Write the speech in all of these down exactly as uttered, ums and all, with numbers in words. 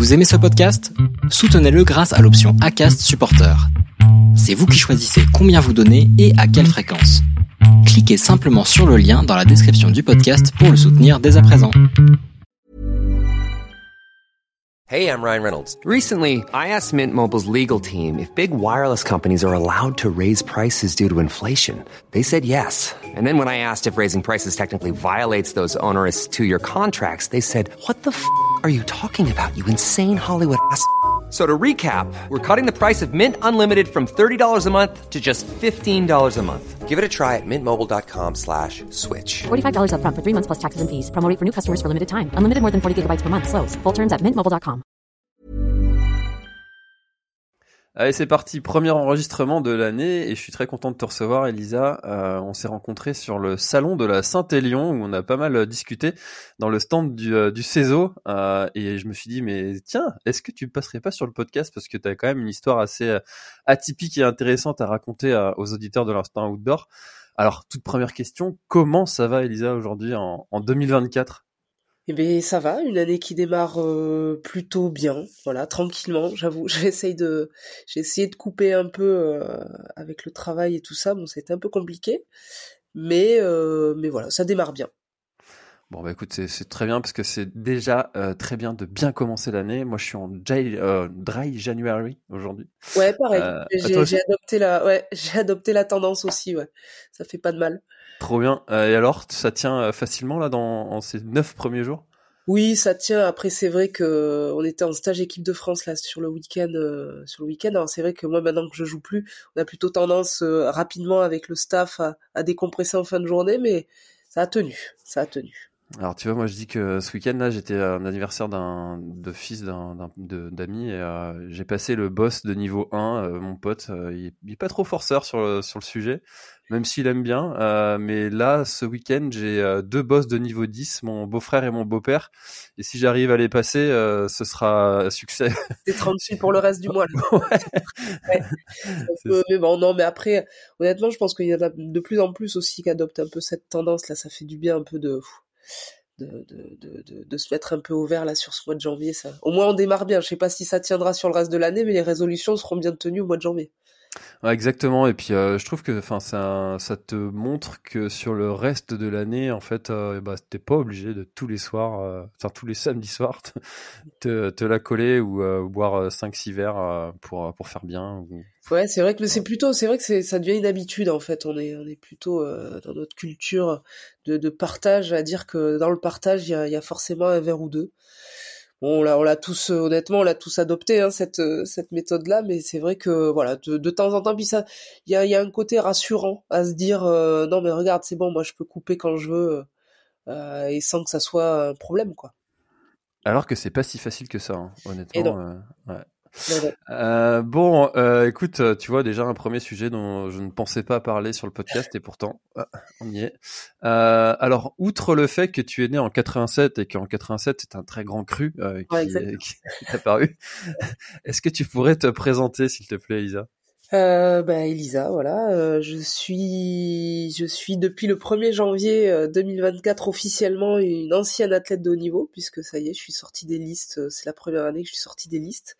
Vous aimez ce podcast ? Soutenez-le grâce à l'option Acast Supporter. C'est vous qui choisissez combien vous donnez et à quelle fréquence. Cliquez simplement sur le lien dans la description du podcast pour le soutenir dès à présent. Hey, I'm Ryan Reynolds. Recently, I asked Mint Mobile's legal team if big wireless companies are allowed to raise prices due to inflation. They said yes. And then when I asked if raising prices technically violates those onerous two-year contracts, they said, what the f*** are you talking about, you insane Hollywood ass f- So to recap, we're cutting the price of Mint Unlimited from thirty dollars a month to just fifteen dollars a month. Give it a try at mintmobile.com slash switch. forty-five dollars up front for three months plus taxes and fees. Promo rate for new customers for limited time. Unlimited more than forty gigabytes per month. Slows full terms at mint mobile dot com. Allez, c'est parti, premier enregistrement de l'année et je suis très content de te recevoir, Elisa. Euh, on s'est rencontrés sur le salon de la Saint-Élion où on a pas mal discuté dans le stand du, euh, du CESO euh, et je me suis dit, mais tiens, est-ce que tu passerais pas sur le podcast parce que tu as quand même une histoire assez euh, atypique et intéressante à raconter euh, aux auditeurs de l'Instant Outdoor. Alors, toute première question, comment ça va, Elisa, aujourd'hui en, en deux mille vingt-quatre ? Eh bien, ça va, une année qui démarre euh, plutôt bien, voilà, tranquillement, j'avoue, j'essaye de, j'ai essayé de couper un peu euh, avec le travail et tout ça, bon, c'était un peu compliqué, mais, euh, mais voilà, ça démarre bien. Bon bah écoute, c'est, c'est très bien parce que c'est déjà euh, très bien de bien commencer l'année. Moi je suis en dry, euh, dry January aujourd'hui. Ouais, pareil, Euh, j'ai, j'ai adopté la, ouais, j'ai adopté la tendance aussi, ouais, ça fait pas de mal. Trop bien. Euh, et alors, ça tient facilement là dans en ces neuf premiers jours ? Oui, ça tient. Après, c'est vrai que on était en stage équipe de France là sur le week-end. Euh, sur le week-end, alors c'est vrai que moi maintenant que je joue plus, on a plutôt tendance euh, rapidement avec le staff à, à décompresser en fin de journée, mais ça a tenu, ça a tenu. Alors tu vois, moi je dis que ce week-end là, j'étais à un anniversaire d'un de fils d'un, d'un de, d'amis et euh, j'ai passé le boss de niveau un, euh, mon pote. Euh, il, est, il est pas trop forceur sur le sur le sujet, même s'il aime bien. Euh, mais là, ce week-end, j'ai euh, deux boss de niveau dix, mon beau-frère et mon beau-père. Et si j'arrive à les passer, euh, ce sera un succès. C'est tranquille pour le reste du mois. Là. Ouais. ouais. Euh, mais bon, non, mais après, honnêtement, je pense qu'il y en a de plus en plus aussi qui adoptent un peu cette tendance. Là, ça fait du bien un peu de. De, de, de, de, de se mettre un peu au vert là sur ce mois de janvier, ça. Au moins on démarre bien. Je sais pas si ça tiendra sur le reste de l'année, mais les résolutions seront bien tenues au mois de janvier. Ouais, exactement. Et puis euh, je trouve que, enfin, ça, ça te montre que sur le reste de l'année, en fait, euh, bah, t'es pas obligé de tous les soirs, euh, enfin tous les samedis soirs, te, te la coller ou euh, boire cinq six verres euh, pour pour faire bien. Ou... Ouais, c'est vrai que c'est plutôt, c'est vrai que c'est, ça devient une habitude en fait. On est, on est plutôt euh, dans notre culture de, de partage à dire que dans le partage, il y a, il y a forcément un verre ou deux. Bon, on l'a, on l'a tous, euh, honnêtement, on l'a tous adopté hein, cette, euh, cette méthode-là, mais c'est vrai que voilà, de, de temps en temps, puis ça, il y a, il y a un côté rassurant à se dire, euh, non mais regarde, c'est bon, moi je peux couper quand je veux euh, et sans que ça soit un problème, quoi. Alors que c'est pas si facile que ça, hein, honnêtement. Et non. Euh, ouais. Non, non. Euh, bon, euh, écoute, tu vois déjà un premier sujet dont je ne pensais pas parler sur le podcast et pourtant ah, on y est. Euh, alors, outre le fait que tu es né en quatre-vingt-sept et qu'en quatre-vingt-sept c'est un très grand cru euh, qui, Ouais, est, qui est apparu, est-ce que tu pourrais te présenter s'il te plaît, Elisa ? Euh, bah Elisa, voilà, euh, je suis, je suis depuis le premier janvier euh, deux mille vingt-quatre officiellement une ancienne athlète de haut niveau puisque ça y est, je suis sortie des listes. Euh, c'est la première année que je suis sortie des listes.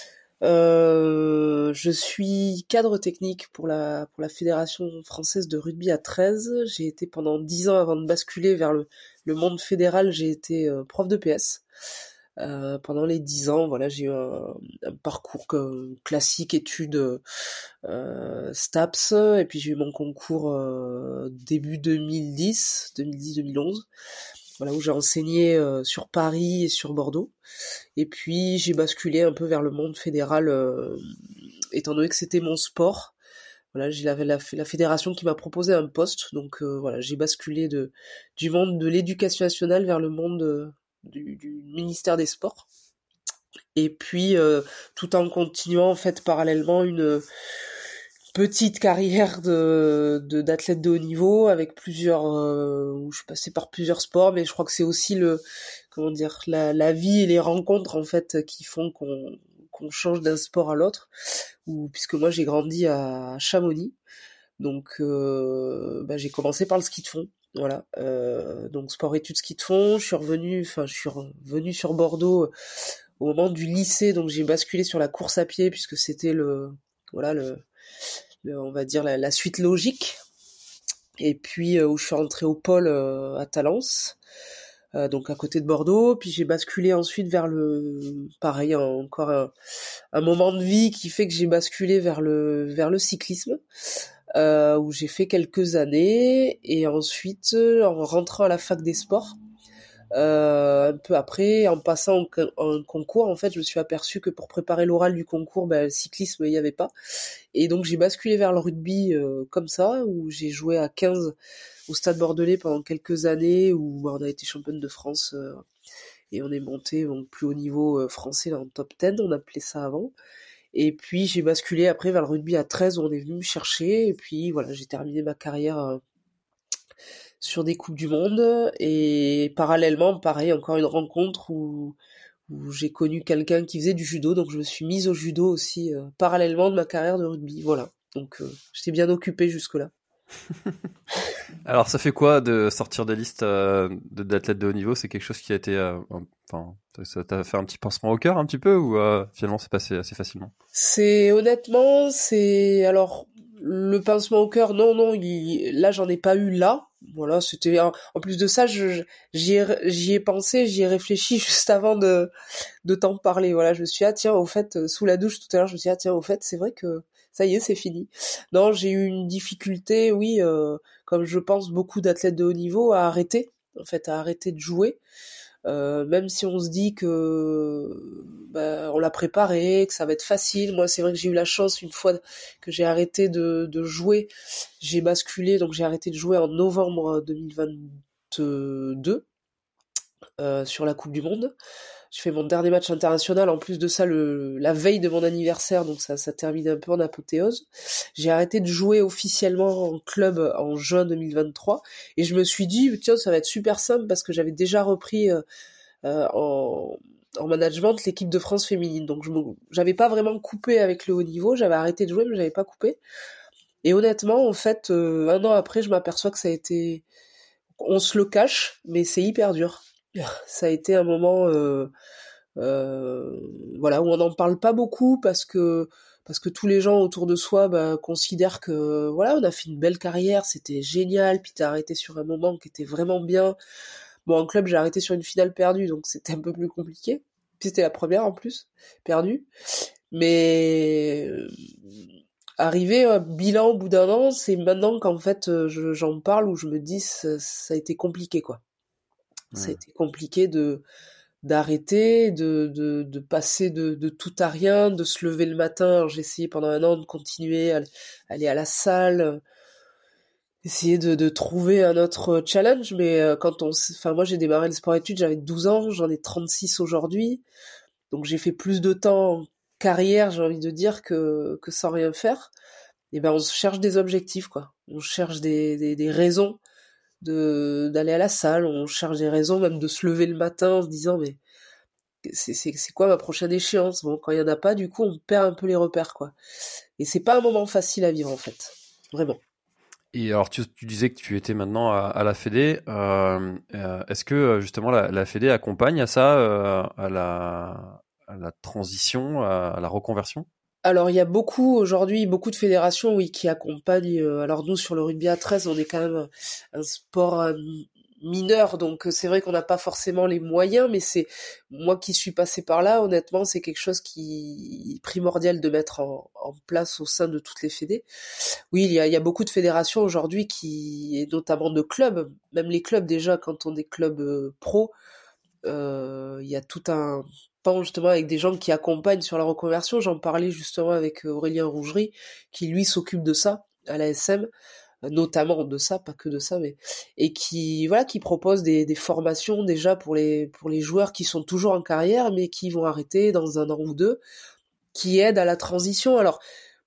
Euh, je suis cadre technique pour la pour la Fédération française de rugby à treize. J'ai été pendant dix ans avant de basculer vers le le monde fédéral. J'ai été euh, prof de P S. Euh, pendant les dix ans, voilà, j'ai eu un, un parcours que, classique, études euh, STAPS, et puis j'ai eu mon concours euh, début deux mille dix, deux mille dix deux mille onze, voilà, où j'ai enseigné euh, sur Paris et sur Bordeaux, et puis j'ai basculé un peu vers le monde fédéral, euh, étant donné que c'était mon sport. Voilà, j'ai la, la, la fédération qui m'a proposé un poste, donc euh, voilà, j'ai basculé de du monde de l'éducation nationale vers le monde euh, Du, du ministère des Sports, et puis euh, tout en continuant en fait parallèlement une petite carrière de, de d'athlète de haut niveau avec plusieurs euh, où je passais par plusieurs sports, mais je crois que c'est aussi le comment dire la, la vie et les rencontres en fait qui font qu'on qu'on change d'un sport à l'autre, ou puisque moi j'ai grandi à Chamonix, donc euh, bah, j'ai commencé par le ski de fond. Voilà, euh, donc sport études ski de fond. Je suis revenu, enfin je suis revenu sur Bordeaux au moment du lycée, donc j'ai basculé sur la course à pied puisque c'était le voilà le, le on va dire la, la suite logique. Et puis euh, où je suis rentrée au pôle euh, à Talence, euh, donc à côté de Bordeaux. Puis j'ai basculé ensuite vers le pareil encore un, un moment de vie qui fait que j'ai basculé vers le vers le cyclisme. Euh, où j'ai fait quelques années, et ensuite en rentrant à la fac des sports, euh, un peu après, en passant en, en concours, en fait, je me suis aperçu que pour préparer l'oral du concours, ben, le cyclisme, il n'y avait pas. Et donc j'ai basculé vers le rugby euh, comme ça, où j'ai joué à quinze au Stade Bordelais pendant quelques années, où ben, on a été championne de France euh, et on est monté au plus haut niveau euh, français, là, en top dix, on appelait ça avant. Et puis j'ai basculé après vers le rugby à treize où on est venu me chercher, et puis voilà, j'ai terminé ma carrière euh, sur des coupes du monde, et parallèlement, pareil, encore une rencontre où, où j'ai connu quelqu'un qui faisait du judo, donc je me suis mise au judo aussi euh, parallèlement de ma carrière de rugby, voilà. Donc euh, j'étais bien occupée jusque-là. Alors ça fait quoi de sortir des listes euh, d'athlètes de haut niveau? C'est quelque chose qui a été, euh, enfin, ça t'a fait un petit pincement au cœur un petit peu, ou euh, finalement c'est passé assez facilement? C'est honnêtement, c'est alors le pincement au cœur, non non, il... là j'en ai pas eu là. Voilà, c'était en plus de ça, je, j'y ai, j'y ai pensé, j'y ai réfléchi juste avant de de t'en parler. Voilà, je me suis dit, ah tiens, au fait, sous la douche tout à l'heure, je me suis dit, ah tiens, au fait, c'est vrai que ça y est, c'est fini. Non, j'ai eu une difficulté, oui, euh, comme je pense beaucoup d'athlètes de haut niveau, à arrêter, en fait, à arrêter de jouer. Euh, même si on se dit que bah, on l'a préparé, que ça va être facile. Moi, c'est vrai que j'ai eu la chance, une fois que j'ai arrêté de, de jouer, j'ai basculé, donc j'ai arrêté de jouer en novembre deux mille vingt-deux euh, sur la Coupe du Monde. Je fais mon dernier match international, en plus de ça, le, la veille de mon anniversaire, donc ça, ça termine un peu en apothéose. J'ai arrêté de jouer officiellement en club en juin deux mille vingt-trois, et je me suis dit, tiens, ça va être super simple, parce que j'avais déjà repris euh, euh, en, en management l'équipe de France féminine, donc je me, j'avais pas vraiment coupé avec le haut niveau, j'avais arrêté de jouer, mais j'avais pas coupé. Et honnêtement, en fait, euh, un an après, je m'aperçois que ça a été... On se le cache, mais c'est hyper dur. Ça a été un moment... Euh, Euh, voilà, où on n'en parle pas beaucoup parce que parce que tous les gens autour de soi bah, considèrent que voilà, on a fait une belle carrière, c'était génial, puis t'as arrêté sur un moment qui était vraiment bien. Bon, en club, j'ai arrêté sur une finale perdue, donc c'était un peu plus compliqué. Puis c'était la première en plus, perdue. Mais euh, arrivé à bilan au bout d'un an, c'est maintenant qu'en fait je, j'en parle, où je me dis ça, ça a été compliqué, quoi. Ouais. Ça a été compliqué de d'arrêter, de, de, de passer de, de tout à rien, de se lever le matin. Alors, j'ai essayé pendant un an de continuer à aller à la salle, essayer de, de trouver un autre challenge, mais quand on, enfin moi j'ai démarré le sport-études, j'avais douze ans, j'en ai trente-six aujourd'hui, donc j'ai fait plus de temps en carrière, j'ai envie de dire, que, que sans rien faire. Et ben on cherche des objectifs, quoi. On cherche des, des, des raisons de d'aller à la salle, on cherche des raisons même de se lever le matin en se disant mais c'est c'est c'est quoi ma prochaine échéance. Bon, quand il y en a pas, du coup on perd un peu les repères, quoi. Et c'est pas un moment facile à vivre, en fait, vraiment. Et alors tu, tu disais que tu étais maintenant à, à la Fédé, euh, euh, est-ce que justement la, la Fédé accompagne à ça, euh, à la à la transition, à, à la reconversion? Alors, il y a beaucoup, aujourd'hui, beaucoup de fédérations, oui, qui accompagnent. Euh, alors, nous, sur le rugby à treize, on est quand même un sport euh, mineur, donc c'est vrai qu'on n'a pas forcément les moyens, mais c'est, moi qui suis passée par là, honnêtement, c'est quelque chose qui est primordial de mettre en, en place au sein de toutes les fédés. Oui, il y a, il y a beaucoup de fédérations aujourd'hui qui, et notamment de clubs, même les clubs déjà, quand on est club euh, pro, euh, il y a tout un pan justement avec des gens qui accompagnent sur la reconversion. J'en parlais justement avec Aurélien Rougerie, qui lui s'occupe de ça à l'A S M, notamment de ça, pas que de ça, mais et qui voilà, qui propose des, des formations déjà pour les pour les joueurs qui sont toujours en carrière mais qui vont arrêter dans un an ou deux, qui aident à la transition. Alors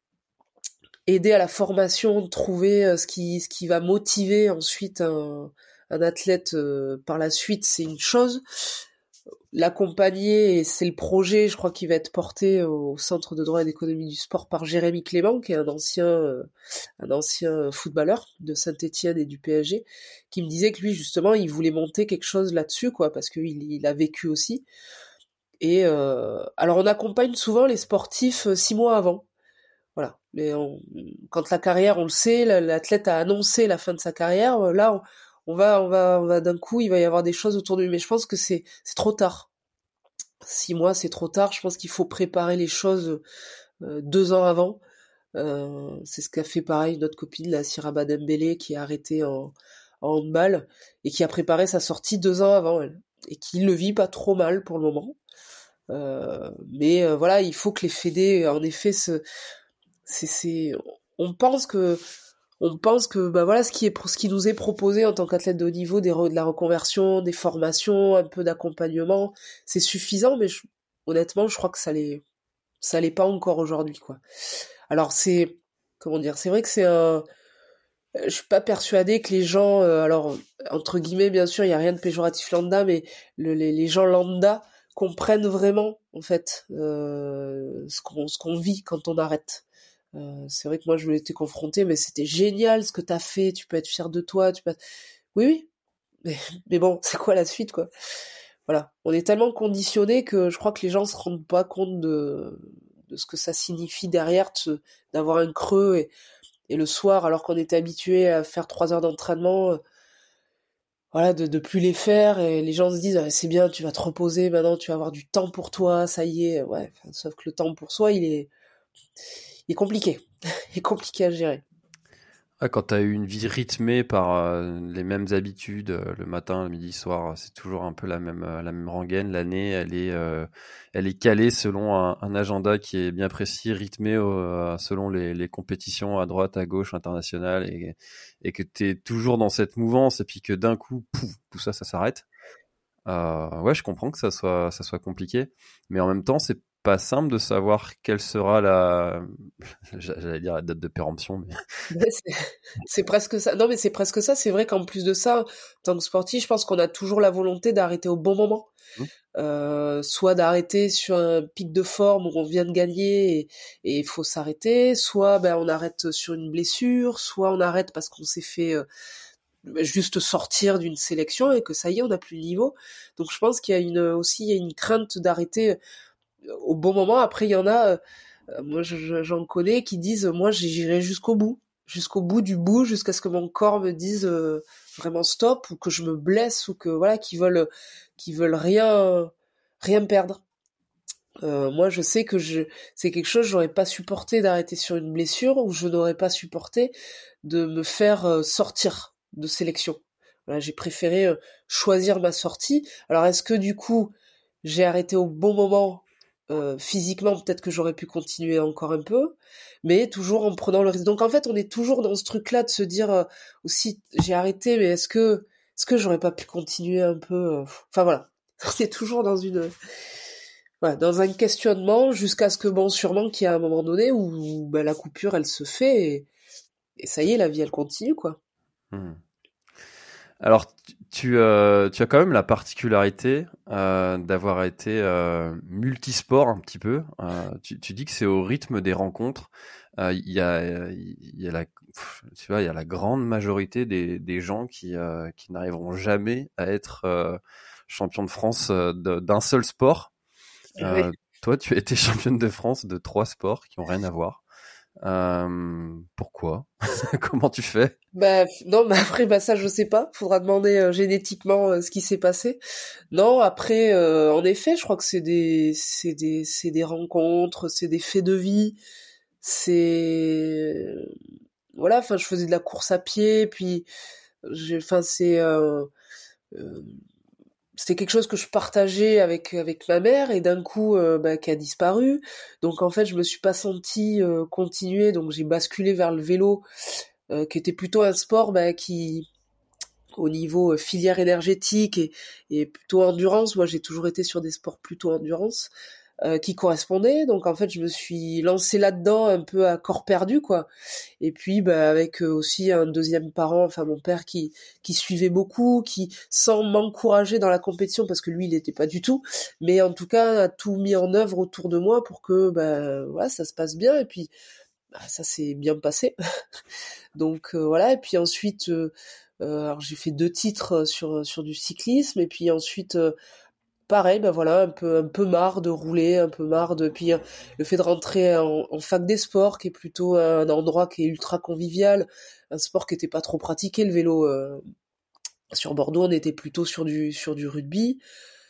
aider à la formation, trouver ce qui ce qui va motiver ensuite un un athlète euh, par la suite, c'est une chose. L'accompagner, et c'est le projet, je crois, qui va être porté au Centre de droit et d'économie du sport par Jérémy Clément, qui est un ancien, euh, un ancien footballeur de Saint-Étienne et du P S G, qui me disait que lui, justement, il voulait monter quelque chose là-dessus, quoi, parce qu'il il a vécu aussi. Et euh, alors on accompagne souvent les sportifs six mois avant. Voilà. Mais on, quand la carrière, on le sait, l'athlète a annoncé la fin de sa carrière. Là, on, on va, on va, on va d'un coup, il va y avoir des choses autour de lui. Mais je pense que c'est, c'est trop tard. Six mois, c'est trop tard. Je pense qu'il faut préparer les choses euh, deux ans avant. Euh, c'est ce qu'a fait pareil notre copine, la Siraba Dembélé, qui a arrêté en, en handball et qui a préparé sa sortie deux ans avant elle, et qui le vit pas trop mal pour le moment. Euh, mais euh, voilà, il faut que les fédés, en effet, se, c'est, c'est, on pense que, on pense que, bah voilà, ce qui est, ce qui nous est proposé en tant qu'athlète de haut niveau, des re, de la reconversion, des formations, un peu d'accompagnement, c'est suffisant, mais je, honnêtement, je crois que ça l'est, ça l'est pas encore aujourd'hui, quoi. Alors c'est, comment dire, c'est vrai que c'est un, je suis pas persuadée que les gens, euh, alors entre guillemets, bien sûr, il y a rien de péjoratif lambda, mais le, les, les gens lambda comprennent vraiment, en fait, euh, ce qu'on, ce qu'on vit quand on arrête. Euh, c'est vrai que moi, je voulais été confrontée, mais c'était génial ce que t'as fait. Tu peux être fier de toi. Tu peux. Oui, oui. Mais, mais bon, c'est quoi la suite, quoi? Voilà. On est tellement conditionnés que je crois que les gens se rendent pas compte de de ce que ça signifie derrière, de, d'avoir un creux et, et le soir, alors qu'on était habitué à faire trois heures d'entraînement, euh, voilà, de, de plus les faire, et les gens se disent ah, c'est bien, tu vas te reposer, maintenant tu vas avoir du temps pour toi, ça y est, ouais, sauf que le temps pour soi, il est, il est compliqué, il est compliqué à gérer. Ah, quand tu as eu une vie rythmée par euh, les mêmes habitudes, euh, le matin, le midi, le soir, c'est toujours un peu la même, euh, la même rengaine. L'année, elle est, euh, elle est calée selon un, un agenda qui est bien précis, rythmé euh, selon les, les compétitions à droite, à gauche, internationales, et, et que tu es toujours dans cette mouvance, et puis que d'un coup, pouf, tout ça, ça s'arrête. Euh, ouais, je comprends que ça soit, ça soit compliqué, mais en même temps, c'est pas simple de savoir quelle sera la, j'allais dire la date de péremption, mais c'est, c'est presque ça. Non, mais c'est presque ça. C'est vrai qu'en plus de ça, en tant que sportif, je pense qu'on a toujours la volonté d'arrêter au bon moment. Mmh. Euh, soit d'arrêter sur un pic de forme où on vient de gagner et il faut s'arrêter, soit ben, on arrête sur une blessure, soit on arrête parce qu'on s'est fait euh, juste sortir d'une sélection et que ça y est, on n'a plus le niveau. Donc je pense qu'il y a une, aussi il y a une crainte d'arrêter au bon moment. Après, il y en a, euh, moi je, j'en connais, qui disent moi j'irai jusqu'au bout, jusqu'au bout du bout, jusqu'à ce que mon corps me dise euh, vraiment stop, ou que je me blesse, ou que voilà, qui veulent, qui veulent rien, rien perdre. Euh, moi, je sais que je, c'est quelque chose, j'aurais pas supporté d'arrêter sur une blessure, ou je n'aurais pas supporté de me faire euh, sortir de sélection. Voilà, j'ai préféré euh, choisir ma sortie. Alors, est-ce que du coup, j'ai arrêté au bon moment? Euh, physiquement, peut-être que j'aurais pu continuer encore un peu, mais toujours en prenant le risque. Donc en fait, on est toujours dans ce truc-là de se dire euh, aussi, j'ai arrêté, mais est-ce que, est-ce que j'aurais pas pu continuer un peu euh... Enfin voilà, c'est toujours dans une, voilà, dans un questionnement jusqu'à ce que bon, sûrement qu'il y a un moment donné où, où ben, la coupure, elle se fait et, et ça y est, la vie, elle continue, quoi. Mmh. Alors, tu, euh, tu as quand même la particularité euh, d'avoir été euh, multisport un petit peu. Euh, tu, tu dis que c'est au rythme des rencontres. Il euh, y a, il y a la, tu vois, il y a la grande majorité des, des gens qui, euh, qui n'arriveront jamais à être euh, champion de France euh, de, d'un seul sport. Euh, Ouais. toi, tu as été championne de France de trois sports qui ont rien à voir. Euh, pourquoi? Comment tu fais? Bah non, mais après bah ça je sais pas, faudra demander euh, génétiquement euh, ce qui s'est passé. Non, après euh, en effet, je crois que c'est des c'est des c'est des rencontres, c'est des faits de vie. C'est voilà, enfin je faisais de la course à pied, puis j'ai enfin c'est euh, euh, c'était quelque chose que je partageais avec avec ma mère et d'un coup euh, bah, qui a disparu. Donc en fait, je me suis pas sentie euh, continuer, donc j'ai basculé vers le vélo. Euh, qui était plutôt un sport bah, qui, au niveau euh, filière énergétique et, et plutôt endurance, moi j'ai toujours été sur des sports plutôt endurance, euh, qui correspondaient. Donc en fait, je me suis lancée là-dedans un peu à corps perdu, quoi. Et puis bah, avec euh, aussi un deuxième parent, enfin mon père qui qui suivait beaucoup, qui sans m'encourager dans la compétition parce que lui il n'était pas du tout, mais en tout cas a tout mis en œuvre autour de moi pour que bah voilà ça se passe bien. Et puis bah, ça s'est bien passé. Donc euh, voilà, et puis ensuite, euh, euh, alors j'ai fait deux titres sur sur du cyclisme, et puis ensuite, euh, pareil, ben voilà, un peu, un peu marre de rouler, un peu marre de, puis euh, le fait de rentrer en, en fac des sports, qui est plutôt un endroit qui est ultra convivial, un sport qui était pas trop pratiqué, le vélo, euh, sur Bordeaux, on était plutôt sur du, sur du rugby.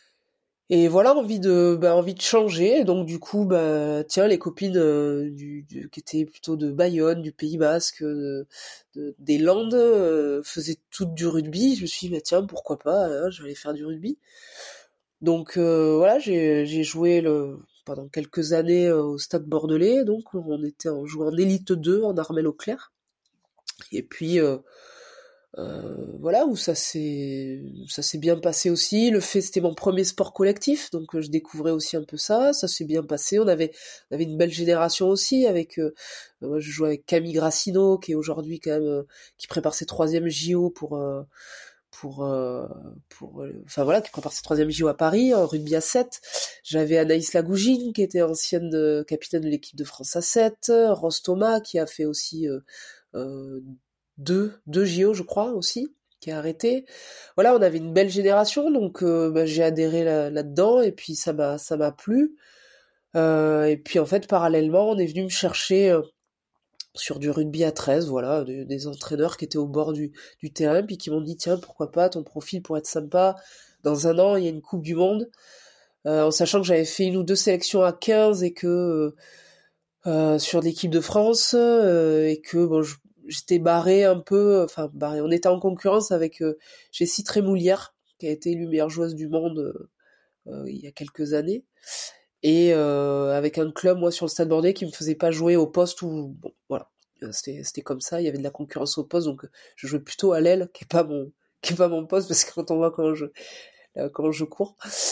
Et voilà, envie de, bah, envie de changer. Donc du coup, bah, tiens, les copines euh, du, du- qui étaient plutôt de Bayonne, du Pays Basque, de- de- des Landes, euh, faisaient toutes du rugby. Je me suis dit, bah, tiens, pourquoi pas, hein, je vais aller faire du rugby. Donc euh, voilà, j'ai, j'ai joué le, pendant quelques années euh, au Stade Bordelais. Donc on était en jouant en élite deux en Armel Auclair. Et puis euh, euh, voilà, où ça s'est ça s'est bien passé aussi. Le fait, c'était mon premier sport collectif, donc euh, je découvrais aussi un peu ça. Ça s'est bien passé. On avait on avait une belle génération aussi avec. Euh, moi, je jouais avec Camille Grassino, qui est aujourd'hui quand même euh, qui prépare ses troisième J O pour euh, pour euh, pour euh, enfin voilà, qui prépare ses troisième J O à Paris en rugby à sept. J'avais Anaïs Lagougine, qui était ancienne euh, capitaine de l'équipe de France à sept. Ross Thomas, qui a fait aussi euh, euh, deux, deux J O, je crois, aussi, qui a arrêté. Voilà, on avait une belle génération, donc euh, bah, j'ai adhéré là, là-dedans, et puis ça m'a, ça m'a plu. Euh, et puis en fait, parallèlement, on est venu me chercher euh, sur du rugby à treize, voilà, de- des entraîneurs qui étaient au bord du, du terrain, puis qui m'ont dit, tiens, pourquoi pas, ton profil pourrait être sympa. Dans un an, il y a une Coupe du Monde. Euh, en sachant que j'avais fait une ou deux sélections à quinze et que euh, sur l'équipe de France euh, et que bon, je- j'étais barré un peu, enfin barré. On était en concurrence avec euh, Jessie Trémoulière, qui a été élue meilleure joueuse du monde euh, euh, il y a quelques années, et euh, avec un club moi sur le Stade Bordelais qui me faisait pas jouer au poste où bon voilà. Euh, C'était, c'était comme ça, il y avait de la concurrence au poste, donc euh, je jouais plutôt à l'aile, qui est pas mon, qui est pas mon poste, parce que quand on voit comment je, euh, comment je cours.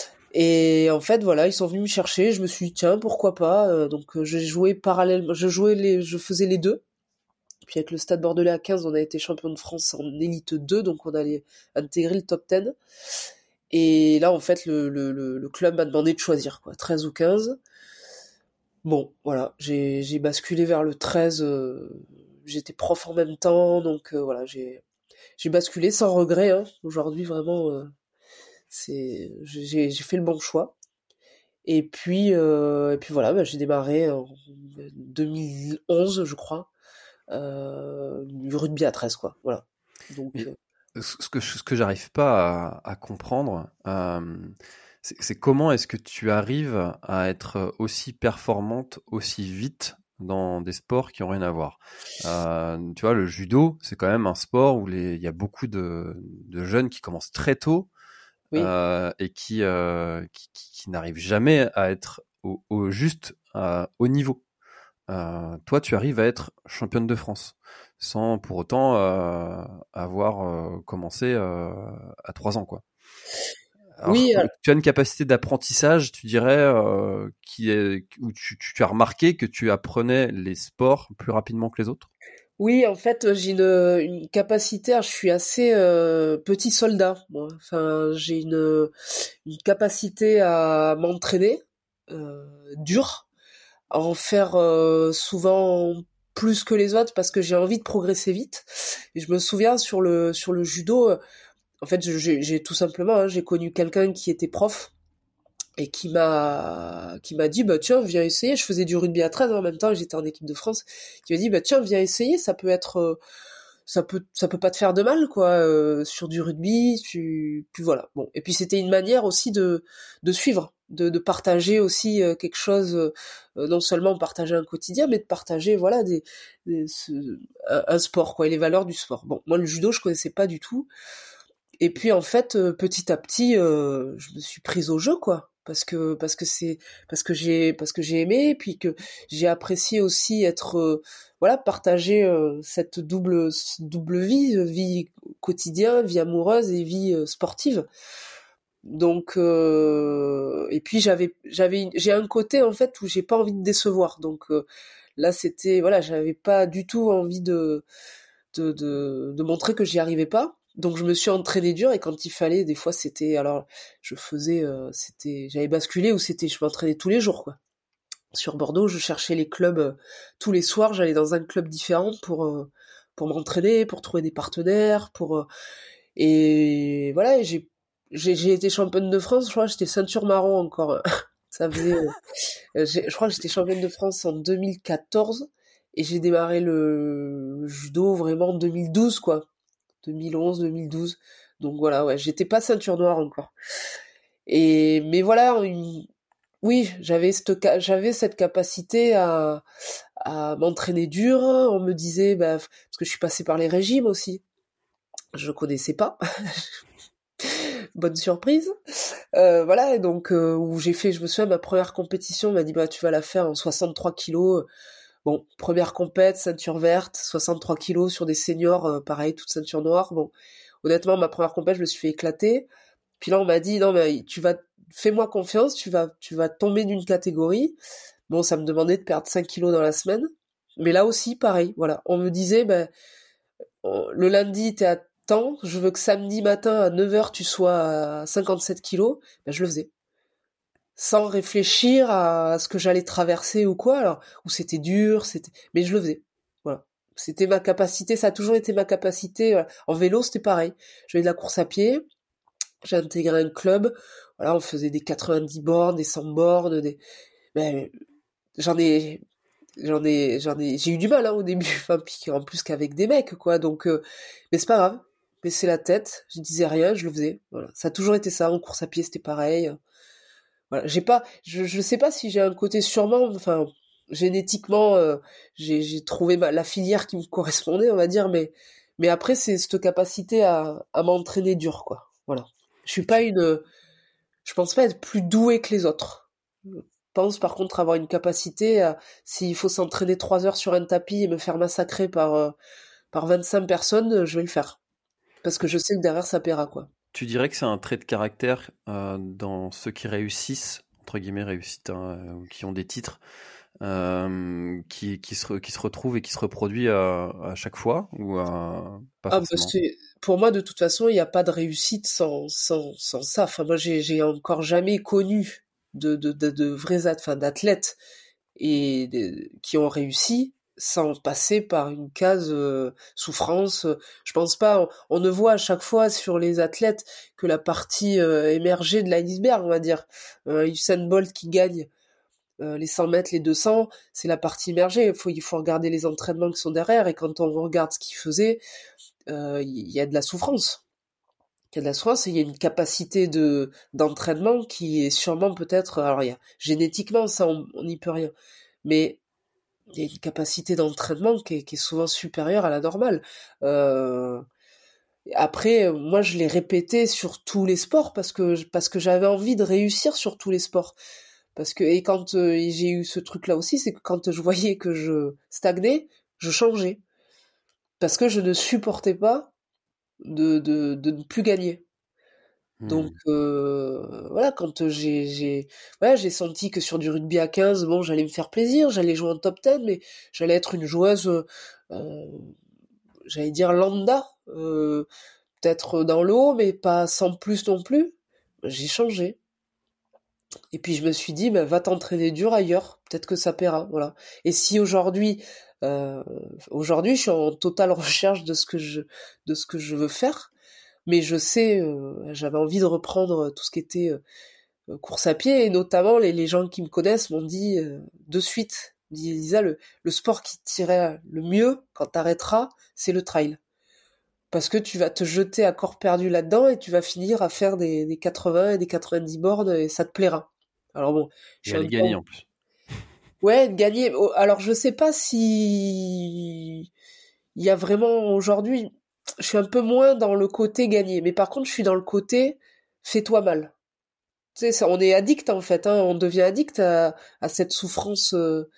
Et en fait, voilà, ils sont venus me chercher. Je me suis dit, tiens, pourquoi pas. Euh, donc, euh, j'ai joué parallèlement. Je jouais les, je faisais les deux. Puis avec le Stade Bordelais à quinze, on a été champion de France en élite deux, donc on allait intégrer le top dix. Et là, en fait, le, le, le, le club m'a demandé de choisir, quoi, treize ou quinze. Bon, voilà, j'ai, j'ai basculé vers le treize. Euh, j'étais prof en même temps, donc euh, voilà, j'ai, j'ai basculé sans regret. Hein. Aujourd'hui, vraiment, euh, c'est, j'ai, j'ai fait le bon choix. Et puis, euh, et puis voilà, bah, j'ai démarré en deux mille onze, je crois, euh, du rugby à treize, quoi. Voilà. Donc, Et euh, ce que, ce que j'arrive pas à, à comprendre, euh, c'est c'est comment est-ce que tu arrives à être aussi performante, aussi vite dans des sports qui ont rien à voir. Euh, tu vois, le judo, c'est quand même un sport où les, il y a beaucoup de, de jeunes qui commencent très tôt oui. euh, et qui, euh, qui, qui, qui n'arrivent jamais à être au, au juste euh, au niveau. Euh, toi, tu arrives à être championne de France sans pour autant euh, avoir euh, commencé euh, à trois ans, quoi. Alors, Oui, que tu as une capacité d'apprentissage, tu dirais, euh, qui est où tu, tu as remarqué que tu apprenais les sports plus rapidement que les autres. oui, en fait, j'ai une, une capacité, alors, je suis assez euh, petit soldat, moi. Enfin, j'ai une, une capacité à m'entraîner euh, dur, à en faire euh, souvent plus que les autres parce que j'ai envie de progresser vite. Et je me souviens sur le sur le judo, euh, en fait, j'ai, j'ai tout simplement, hein, j'ai connu quelqu'un qui était prof et qui m'a qui m'a dit bah tiens viens essayer. Je faisais du rugby à treize en même temps et j'étais en équipe de France. Qui m'a dit bah tiens viens essayer, ça peut être euh, ça peut ça peut pas te faire de mal quoi euh, sur du rugby. Tu puis voilà bon et puis c'était une manière aussi de de suivre, de de partager aussi euh, quelque chose, euh, non seulement partager un quotidien mais de partager voilà des, des ce, un, un sport quoi et les valeurs du sport. Bon moi le judo je connaissais pas du tout. Et puis en fait, euh, petit à petit, euh, je me suis prise au jeu, quoi, parce que parce que c'est parce que j'ai parce que j'ai aimé, puis que j'ai apprécié aussi être euh, voilà partager euh, cette double double vie, euh, vie quotidienne, vie amoureuse et vie euh, sportive. Donc euh, et puis j'avais j'avais une- j'ai un côté en fait où j'ai pas envie de décevoir. Donc euh, là c'était voilà, j'avais pas du tout envie de de, de, de montrer que j'y arrivais pas. Donc je me suis entraînée dur et quand il fallait, des fois c'était, alors je faisais, euh, c'était, j'avais basculé ou c'était, je m'entraînais tous les jours quoi. Sur Bordeaux, je cherchais les clubs euh, tous les soirs, j'allais dans un club différent pour euh, pour m'entraîner, pour trouver des partenaires, pour euh, et voilà, et j'ai j'ai, j'ai été championne de France, je crois que j'étais ceinture marron encore. Ça faisait, euh, j'ai, je crois que j'étais championne de France en deux mille quatorze et j'ai démarré le, le judo vraiment en deux mille douze, quoi. deux mille onze, deux mille douze. Donc voilà, ouais, j'étais pas ceinture noire encore. Et, mais voilà, une, oui, j'avais cette, j'avais cette capacité à, à m'entraîner dur. On me disait, bah, parce que je suis passée par les régimes aussi. Je connaissais pas. Bonne surprise. Euh, voilà, et donc, euh, où j'ai fait, je me souviens, ma première compétition, on m'a dit, bah, tu vas la faire en soixante-trois kilos. Bon, première compète, ceinture verte, soixante-trois kilos sur des seniors, euh, pareil, toute ceinture noire. Bon, honnêtement, ma première compète, je me suis fait éclater. Puis là, on m'a dit, non, mais tu vas, fais-moi confiance, tu vas, tu vas tomber d'une catégorie. Bon, ça me demandait de perdre cinq kilos dans la semaine. Mais là aussi, pareil, voilà. On me disait, ben, le lundi, t'es à temps, je veux que samedi matin, à neuf heures, tu sois à cinquante-sept kilos. Ben, je le faisais. Sans réfléchir à ce que j'allais traverser ou quoi, alors, où c'était dur, c'était, mais je le faisais. Voilà. C'était ma capacité, ça a toujours été ma capacité. Voilà. En vélo, c'était pareil. J'avais de la course à pied. J'ai intégré un club. Voilà, on faisait des quatre-vingt-dix bornes, des cent bornes, des, ben, j'en ai, j'en ai, j'en ai, j'ai eu du mal, hein, au début. Enfin, puis en plus qu'avec des mecs, quoi. Donc, euh, mais c'est pas grave. Baisser la tête. Je disais rien, je le faisais. Voilà. Ça a toujours été ça. En course à pied, c'était pareil. Voilà, j'ai pas, je, je sais pas si j'ai un côté sûrement, enfin, génétiquement, euh, j'ai, j'ai trouvé ma, la filière qui me correspondait, on va dire, mais, mais après, c'est cette capacité à, à m'entraîner dur, quoi. Voilà. Je suis pas une, je pense pas être plus douée que les autres. Je pense, par contre, avoir une capacité à, s'il faut s'entraîner trois heures sur un tapis et me faire massacrer par, euh, par vingt-cinq personnes, je vais le faire. Parce que je sais que derrière, ça paiera, quoi. Tu dirais que c'est un trait de caractère euh, dans ceux qui réussissent, entre guillemets réussite, hein, euh, qui ont des titres, euh, qui, qui, se, qui se retrouvent et qui se reproduit à, à chaque fois ou à, pas Ah, forcément. bah c'est, pour moi, de toute façon, il n'y a pas de réussite sans, sans, sans ça. Enfin, moi, j'ai, j'ai encore jamais connu de, de, de, de vrais at- enfin, d'athlètes et de- qui ont réussi sans passer par une case euh, souffrance. Je pense pas. On, on ne voit à chaque fois sur les athlètes que la partie euh, émergée de l'iceberg, on va dire. Euh, Usain Bolt qui gagne euh, les cent mètres, les deux cents, c'est la partie immergée. Il faut, il faut regarder les entraînements qui sont derrière. Et quand on regarde ce qu'il faisait, euh, il y a de la souffrance. Il y a de la souffrance et il y a une capacité de d'entraînement qui est sûrement peut-être, alors il y a génétiquement ça on on n'y peut rien, mais il y a une capacité d'entraînement qui est, qui est souvent supérieure à la normale. Euh, après, moi je l'ai répété sur tous les sports parce que parce que j'avais envie de réussir sur tous les sports. Parce que et quand euh, j'ai eu ce truc-là aussi, c'est que quand je voyais que je stagnais, je changeais parce que je ne supportais pas de, de, de ne plus gagner. Donc Hmm. euh, voilà, quand j'ai j'ai voilà, j'ai senti que sur du rugby à quinze, bon, j'allais me faire plaisir, j'allais jouer en top dix, mais j'allais être une joueuse, euh, j'allais dire lambda, euh, peut-être dans le haut, mais pas sans plus non plus. J'ai changé. Et puis je me suis dit, bah, va t'entraîner dur ailleurs, peut-être que ça paiera, voilà. Et si aujourd'hui, euh, aujourd'hui, je suis en totale recherche de ce que je, de ce que je veux faire, mais je sais, euh, j'avais envie de reprendre tout ce qui était euh, course à pied, et notamment les, les gens qui me connaissent m'ont dit euh, de suite, dit Elisa, le, le sport qui t'irait le mieux quand t'arrêteras, c'est le trail. Parce que tu vas te jeter à corps perdu là-dedans et tu vas finir à faire des, des quatre-vingts et des quatre-vingt-dix bornes et ça te plaira. Alors bon, je Et suis aller gagner encore... en plus. Ouais, gagner. Oh, alors je sais pas si il y a vraiment aujourd'hui, je suis un peu moins dans le côté gagner, mais par contre je suis dans le côté fais-toi mal. Tu sais, ça, on est addict en fait, hein, on devient addict à, à cette souffrance euh,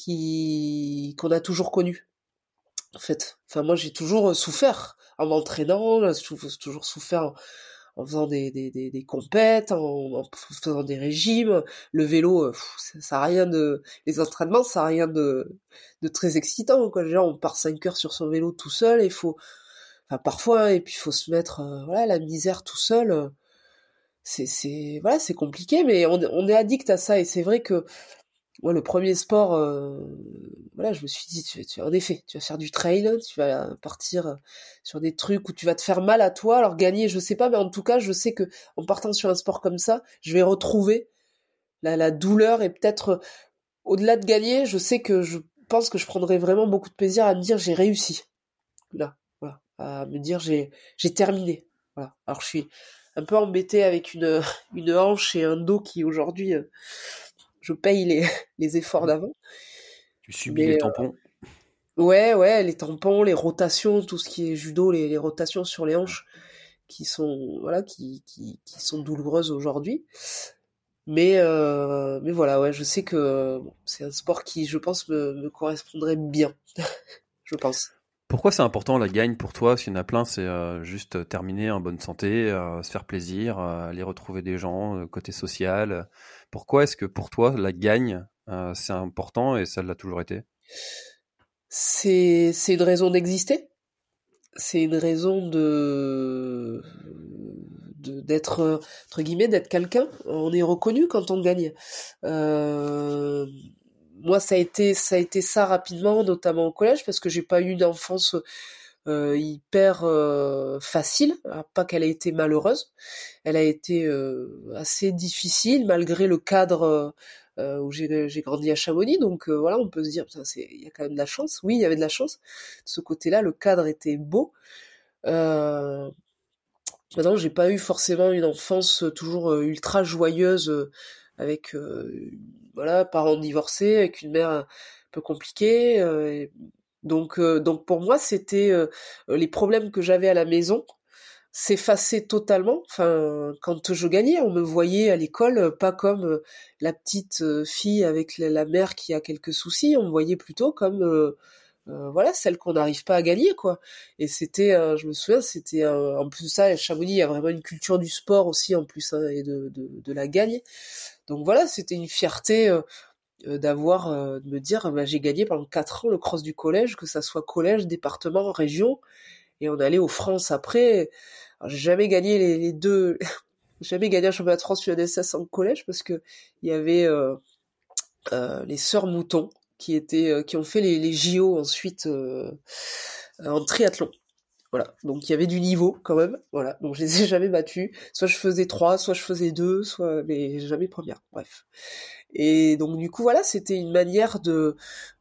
qui qu'on a toujours connue. En fait, enfin moi j'ai toujours souffert en m'entraînant, j'ai toujours souffert en, en faisant des des des, des compètes, en, en faisant des régimes. Le vélo, euh, pff, ça, ça a rien de, les entraînements, ça a rien de de très excitant, quoi. Genre on part cinq heures sur son vélo tout seul, et il faut, enfin parfois, hein, et puis il faut se mettre, euh, voilà, la misère tout seul. euh, C'est c'est voilà, c'est compliqué, mais on on est addict à ça, et c'est vrai que moi, le premier sport, euh, voilà, je me suis dit, tu, tu, en effet, tu vas faire du trail, tu vas partir sur des trucs où tu vas te faire mal à toi. Alors gagner, je sais pas, mais en tout cas, je sais que en partant sur un sport comme ça, je vais retrouver la, la douleur et peut-être au-delà de gagner, je sais que je pense que je prendrai vraiment beaucoup de plaisir à me dire j'ai réussi. Là, voilà, à me dire j'ai j'ai terminé. Voilà. Alors je suis un peu embêtée avec une une hanche et un dos qui aujourd'hui euh, je paye les les efforts d'avant. Tu subis les Mais tampons. euh, ouais, ouais, les tampons, les rotations, tout ce qui est judo, les, les rotations sur les hanches qui sont voilà, qui qui qui sont douloureuses aujourd'hui. Mais euh, mais voilà, ouais, je sais que bon, c'est un sport qui, je pense, me, me correspondrait bien. Je pense. Pourquoi c'est important la gagne pour toi? S'il y en a plein, c'est euh, juste terminer en bonne santé, euh, se faire plaisir, euh, aller retrouver des gens, euh, côté social. Pourquoi est-ce que pour toi la gagne euh, c'est important et ça l'a toujours été? C'est c'est une raison d'exister. C'est une raison de de d'être euh, entre guillemets d'être quelqu'un. On est reconnu quand on gagne. Euh, moi, ça a été ça a été ça rapidement, notamment au collège, parce que j'ai pas eu une enfance euh, hyper euh, facile. Alors, pas qu'elle a été malheureuse, elle a été euh, assez difficile malgré le cadre euh, où j'ai, j'ai grandi à Chamonix. Donc euh, voilà, on peut se dire, putain, c'est, il y a quand même de la chance. Oui, il y avait de la chance. De ce côté-là, le cadre était beau. Euh, Maintenant, j'ai pas eu forcément une enfance toujours euh, ultra joyeuse euh, avec euh, voilà, parents divorcés, avec une mère un peu compliquée. Euh, et donc, euh, donc pour moi, c'était euh, les problèmes que j'avais à la maison s'effaçaient totalement. Enfin, quand je gagnais, on me voyait à l'école euh, pas comme euh, la petite euh, fille avec la, la mère qui a quelques soucis. On me voyait plutôt comme euh, euh, voilà, celle qu'on n'arrive pas à gagner, quoi. Et c'était, euh, je me souviens, c'était euh, en plus de ça, à Chamonix, il y a vraiment une culture du sport aussi en plus, hein, et de, de, de la gagne. Donc voilà, c'était une fierté euh, euh, d'avoir, euh, de me dire, bah, j'ai gagné pendant quatre ans le cross du collège, que ça soit collège, département, région, et on allait aux France après. Alors, j'ai jamais gagné les, les deux, j'ai jamais gagné un championnat de France U N S S en collège parce que il y avait euh, euh, les sœurs Mouton qui étaient, euh, qui ont fait les, les J O ensuite euh, en triathlon. Voilà, donc il y avait du niveau quand même, voilà, donc je les ai jamais battus, soit je faisais trois, soit je faisais deux, soit, mais jamais première, bref. Et donc du coup voilà, c'était une manière de,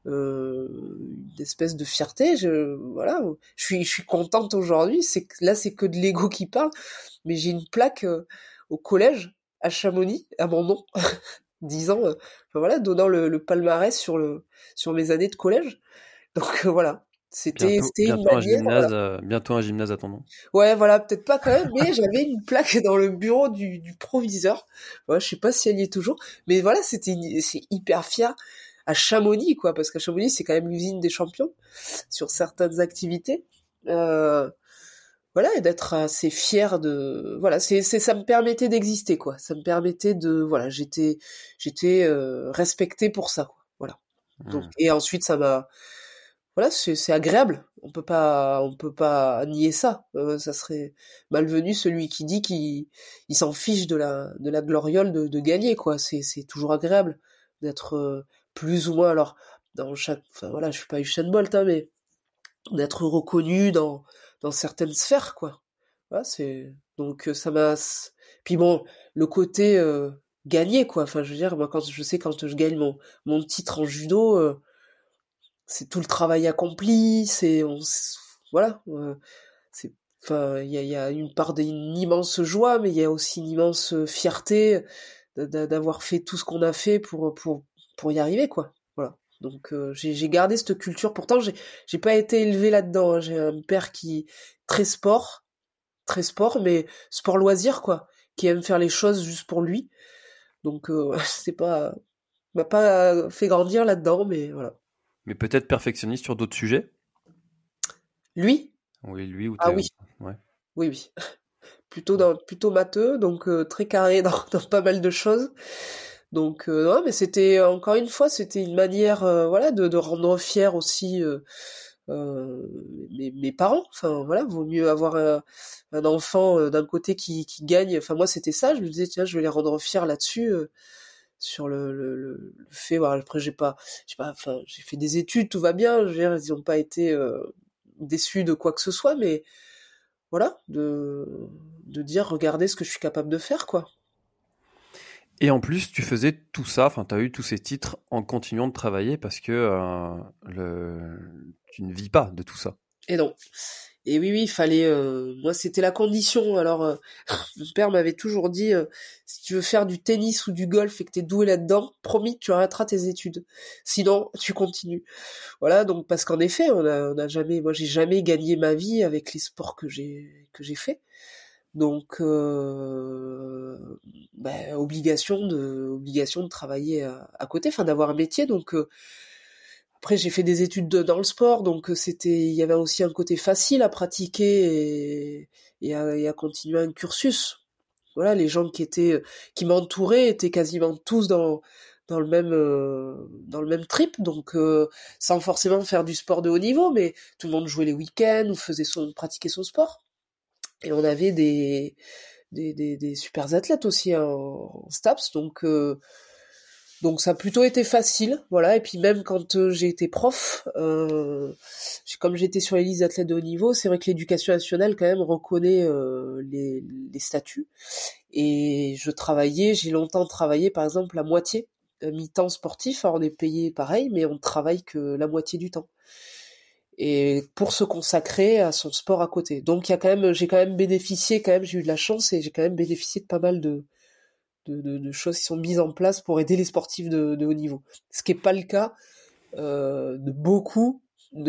euh, une espèce de fierté, je, voilà, je suis, je suis contente aujourd'hui, c'est que là c'est que de l'ego qui parle, mais j'ai une plaque euh, au collège, à Chamonix, à mon nom, disant, euh, enfin voilà, donnant le, le palmarès sur le, sur mes années de collège, donc euh, voilà. C'était, Bientôt, c'était une bientôt un manière, voilà. gymnase, euh, bientôt un gymnase à ton nom. Ouais, voilà, peut-être pas quand même, mais j'avais une plaque dans le bureau du, du proviseur. Ouais, je sais pas si elle y est toujours, mais voilà, c'était une- c'est hyper fier à Chamonix, quoi, parce qu'à Chamonix, c'est quand même l'usine des champions sur certaines activités. Euh, voilà, et d'être assez fier de, voilà, c'est, c'est, ça me permettait d'exister, quoi. Ça me permettait de, voilà, j'étais, j'étais euh, respectée pour ça, quoi. Voilà. Donc, Hmm. et ensuite, ça m'a, voilà, c'est, c'est agréable. On peut pas, on peut pas nier ça. Euh, ça serait malvenu celui qui dit qu'il il s'en fiche de la, de la gloriole de, de gagner, quoi. C'est, c'est toujours agréable d'être euh, plus ou moins, alors, dans chaque, enfin voilà, je suis pas Usain Bolt, hein, mais d'être reconnu dans, dans certaines sphères, quoi. Voilà, c'est, donc euh, ça m'a, puis bon, le côté euh, gagner, quoi. Enfin, je veux dire, moi, quand je sais quand je gagne mon, mon titre en judo, euh, c'est tout le travail accompli, c'est on s- voilà, euh, c'est enfin il y a, il y a une part d'une immense joie, mais il y a aussi une immense fierté d'a- d'a- d'avoir fait tout ce qu'on a fait pour pour pour y arriver, quoi. Voilà. Donc euh, j'ai j'ai gardé cette culture. Pourtant j'ai j'ai pas été élevé là-dedans, hein. J'ai un père qui très sport, très sport, mais sport loisir, quoi, qui aime faire les choses juste pour lui. Donc euh, c'est pas m'a pas fait grandir là-dedans, mais voilà. Mais peut-être perfectionniste sur d'autres sujets? Lui? Oui, lui ou Ah t'es... oui, Ouais. oui, oui. Plutôt dans, plutôt matheux, donc euh, très carré dans, dans pas mal de choses. Donc euh, non, mais c'était encore une fois, c'était une manière, euh, voilà, de, de rendre fier aussi euh, euh, mes, mes parents. Enfin voilà, vaut mieux avoir un, un enfant euh, d'un côté qui, qui gagne. Enfin moi c'était ça, je me disais tiens, je vais les rendre fiers là-dessus. euh, sur le, le, le, le fait. Voilà, après, j'ai pas, j'ai pas, enfin, j'ai fait des études, tout va bien. Je veux dire, ils ont pas été euh, déçus de quoi que ce soit, mais voilà, de de dire, regardez ce que je suis capable de faire, quoi. Et en plus, tu faisais tout ça, enfin, tu as eu tous ces titres en continuant de travailler parce que euh, le... tu ne vis pas de tout ça. Et non. Et oui, oui, il fallait... Euh, moi, c'était la condition. Alors, euh, mon père m'avait toujours dit, euh, si tu veux faire du tennis ou du golf et que t'es doué là-dedans, promis, tu arrêteras tes études. Sinon, tu continues. Voilà, donc parce qu'en effet, on a, on a jamais... Moi, j'ai jamais gagné ma vie avec les sports que j'ai que j'ai fait. Donc, euh, ben, obligation de obligation de travailler à, à côté, enfin d'avoir un métier. Donc euh, après, j'ai fait des études de, dans le sport, donc c'était, il y avait aussi un côté facile à pratiquer et, et, à, et à continuer un cursus. Voilà, les gens qui étaient, qui m'entouraient étaient quasiment tous dans dans le même euh, dans le même trip, donc euh, sans forcément faire du sport de haut niveau, mais tout le monde jouait les week-ends ou faisait son pratiquait son sport. Et on avait des des des, des super athlètes aussi en, en STAPS, donc euh, donc ça a plutôt été facile, voilà. Et puis même quand euh, j'ai été prof, euh, comme j'étais sur les listes d'athlètes de haut niveau, c'est vrai que l'éducation nationale quand même reconnaît euh, les, les statuts. Et je travaillais, j'ai longtemps travaillé par exemple la moitié, euh, mi-temps sportif. Alors on est payé pareil, mais on travaille que la moitié du temps. Et pour se consacrer à son sport à côté. Donc il y a quand même, j'ai quand même bénéficié, quand même, j'ai eu de la chance et j'ai quand même bénéficié de pas mal de De, de, de choses qui sont mises en place pour aider les sportifs de, de haut niveau. Ce qui n'est pas le cas euh, de beaucoup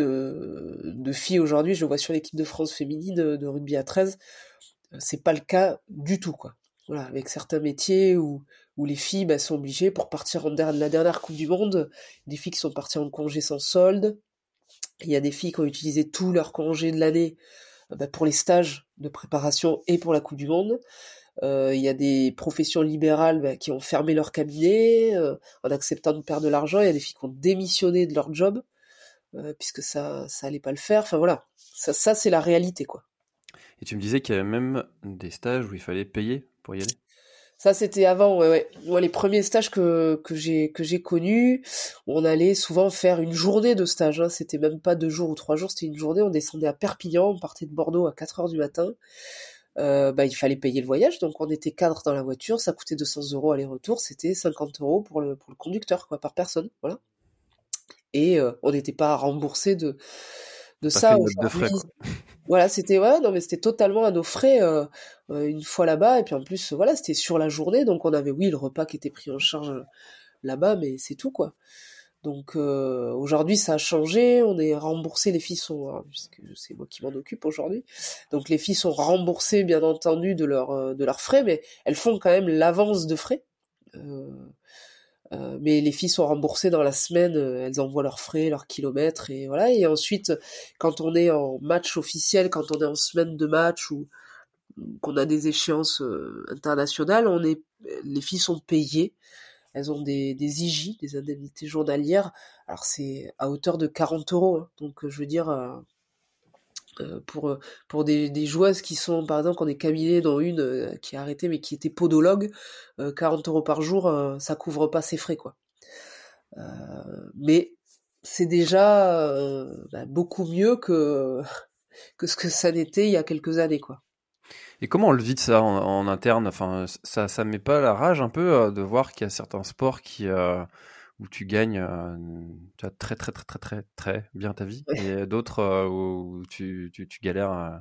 de, de filles aujourd'hui. Je le vois sur l'équipe de France féminine de, de rugby à treize. C'est pas le cas du tout, quoi. Voilà, avec certains métiers où, où les filles bah, sont obligées pour partir en der- la dernière Coupe du Monde, des filles qui sont parties en congé sans solde. Il y a des filles qui ont utilisé tout leur congé de l'année bah, pour les stages de préparation et pour la Coupe du Monde. Il euh, y a des professions libérales bah, qui ont fermé leur cabinet euh, en acceptant de perdre de l'argent. Il y a des filles qui ont démissionné de leur job euh, puisque ça ça allait pas le faire. Enfin voilà, ça, ça c'est la réalité, quoi. Et tu me disais qu'il y avait même des stages où il fallait payer pour y aller. Ça c'était avant, ouais, ouais. Moi, les premiers stages que que j'ai que j'ai connus, on allait souvent faire une journée de stage. Hein. C'était même pas deux jours ou trois jours, c'était une journée. On descendait à Perpignan, on partait de Bordeaux à quatre heures du matin. Euh, bah, il fallait payer le voyage, donc on était cadre dans la voiture, ça coûtait deux cents euros aller-retour, c'était cinquante euros pour le, pour le conducteur, quoi, par personne, voilà. Et euh, on n'était pas remboursé de, de T'as ça fait une note de aujourd'hui. frais, quoi. Voilà, c'était, ouais, non, mais c'était totalement à nos frais, euh, euh, une fois là-bas, et puis en plus, voilà, c'était sur la journée, donc on avait, oui, le repas qui était pris en charge là-bas, mais c'est tout, quoi. Donc euh, aujourd'hui ça a changé, on est remboursé, les filles sont, alors, puisque c'est moi qui m'en occupe aujourd'hui, donc les filles sont remboursées bien entendu de leurs de leurs frais, mais elles font quand même l'avance de frais. Euh, euh, mais les filles sont remboursées dans la semaine, euh, elles envoient leurs frais, leurs kilomètres et voilà. Et ensuite, quand on est en match officiel, quand on est en semaine de match ou qu'on a des échéances euh, internationales, on est, les filles sont payées. Elles ont des, des I J, des indemnités journalières. Alors c'est à hauteur de quarante euros. Hein. Donc je veux dire, euh, euh, pour pour des, des joueuses qui sont, par exemple, on est cabinet dans une euh, qui a arrêté mais qui était podologue, euh, quarante euros par jour, euh, ça couvre pas ses frais, quoi. Euh, mais c'est déjà euh, bah, beaucoup mieux que que ce que ça n'était il y a quelques années, quoi. Et comment on le vit de ça en, en interne? Enfin, ça, ça met pas la rage un peu euh, de voir qu'il y a certains sports qui euh, où tu gagnes euh, tu as très très très très très très bien ta vie, et d'autres euh, où tu, tu, tu galères. euh.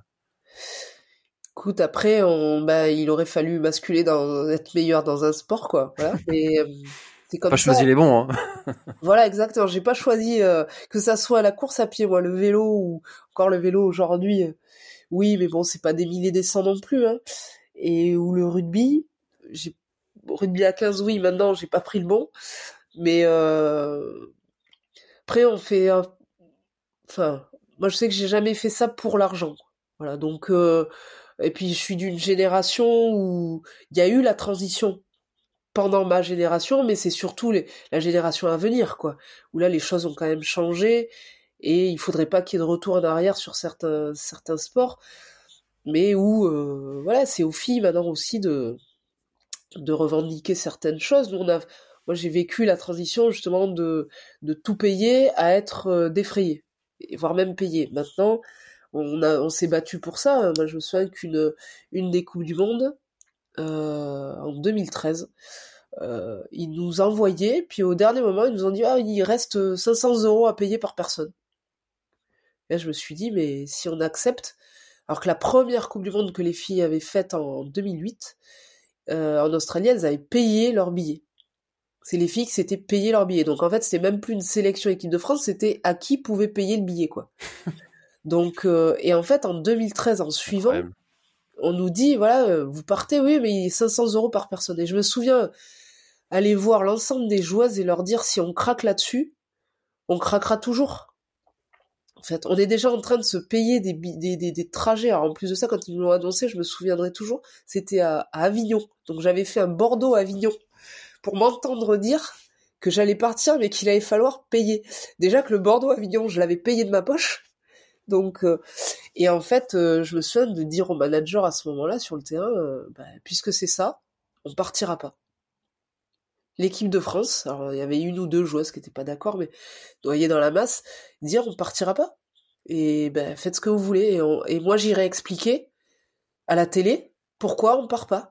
Écoute, après, on, bah, il aurait fallu basculer dans être meilleur dans un sport, quoi. Voilà. Mais euh, c'est comme Pas ça. choisi les bons, hein. Voilà, exactement. J'ai pas choisi euh, que ça soit la course à pied, moi, le vélo ou encore le vélo aujourd'hui. euh, oui, mais bon, c'est pas des milliers des cents non plus, hein. Et ou le rugby, j'ai rugby à quinze, oui. Maintenant, j'ai pas pris le bon, mais euh... après, on fait. un- Enfin, moi, je sais que j'ai jamais fait ça pour l'argent. Voilà, donc. Euh... Et puis, je suis d'une génération où il y a eu la transition pendant ma génération, mais c'est surtout les, la génération à venir, quoi. Où là, les choses ont quand même changé et il faudrait pas qu'il y ait de retour en arrière sur certains certains sports, mais où euh, voilà, c'est aux filles maintenant aussi de de revendiquer certaines choses. Nous, on a moi j'ai vécu la transition justement de de tout payer à être euh, défrayé, voire même payé. Maintenant, on a on s'est battu pour ça. Moi je me souviens qu'une une des coupes du monde euh, en deux mille treize, euh, ils nous envoyaient, puis au dernier moment ils nous ont dit ah il reste cinq cents euros à payer par personne. Et là je me suis dit mais si on accepte, alors que la première coupe du monde que les filles avaient faite en deux mille huit, euh, en Australie elles avaient payé leur billet. C'est les filles qui s'étaient payé leur billet. Donc en fait c'était même plus une sélection équipe de France, c'était à qui pouvait payer le billet quoi. Donc euh, et en fait en deux mille treize en suivant, ouais. On nous dit voilà euh, vous partez oui mais cinq cents euros par personne. Et je me souviens aller voir l'ensemble des joueuses et leur dire si on craque là-dessus, on craquera toujours. En fait, on est déjà en train de se payer des, des, des, des trajets. Alors en plus de ça, quand ils nous l'ont annoncé, je me souviendrai toujours, c'était à, à Avignon. Donc j'avais fait un Bordeaux-Avignon pour m'entendre dire que j'allais partir, mais qu'il allait falloir payer. Déjà que le Bordeaux-Avignon, je l'avais payé de ma poche. Donc, euh, et en fait, euh, je me souviens de dire au manager à ce moment-là sur le terrain, euh, bah, puisque c'est ça, on partira pas. L'équipe de France, alors il y avait une ou deux joueuses qui étaient pas d'accord, mais noyées dans la masse, dire on partira pas. Et ben faites ce que vous voulez. Et, on, et moi j'irai expliquer à la télé pourquoi on part pas.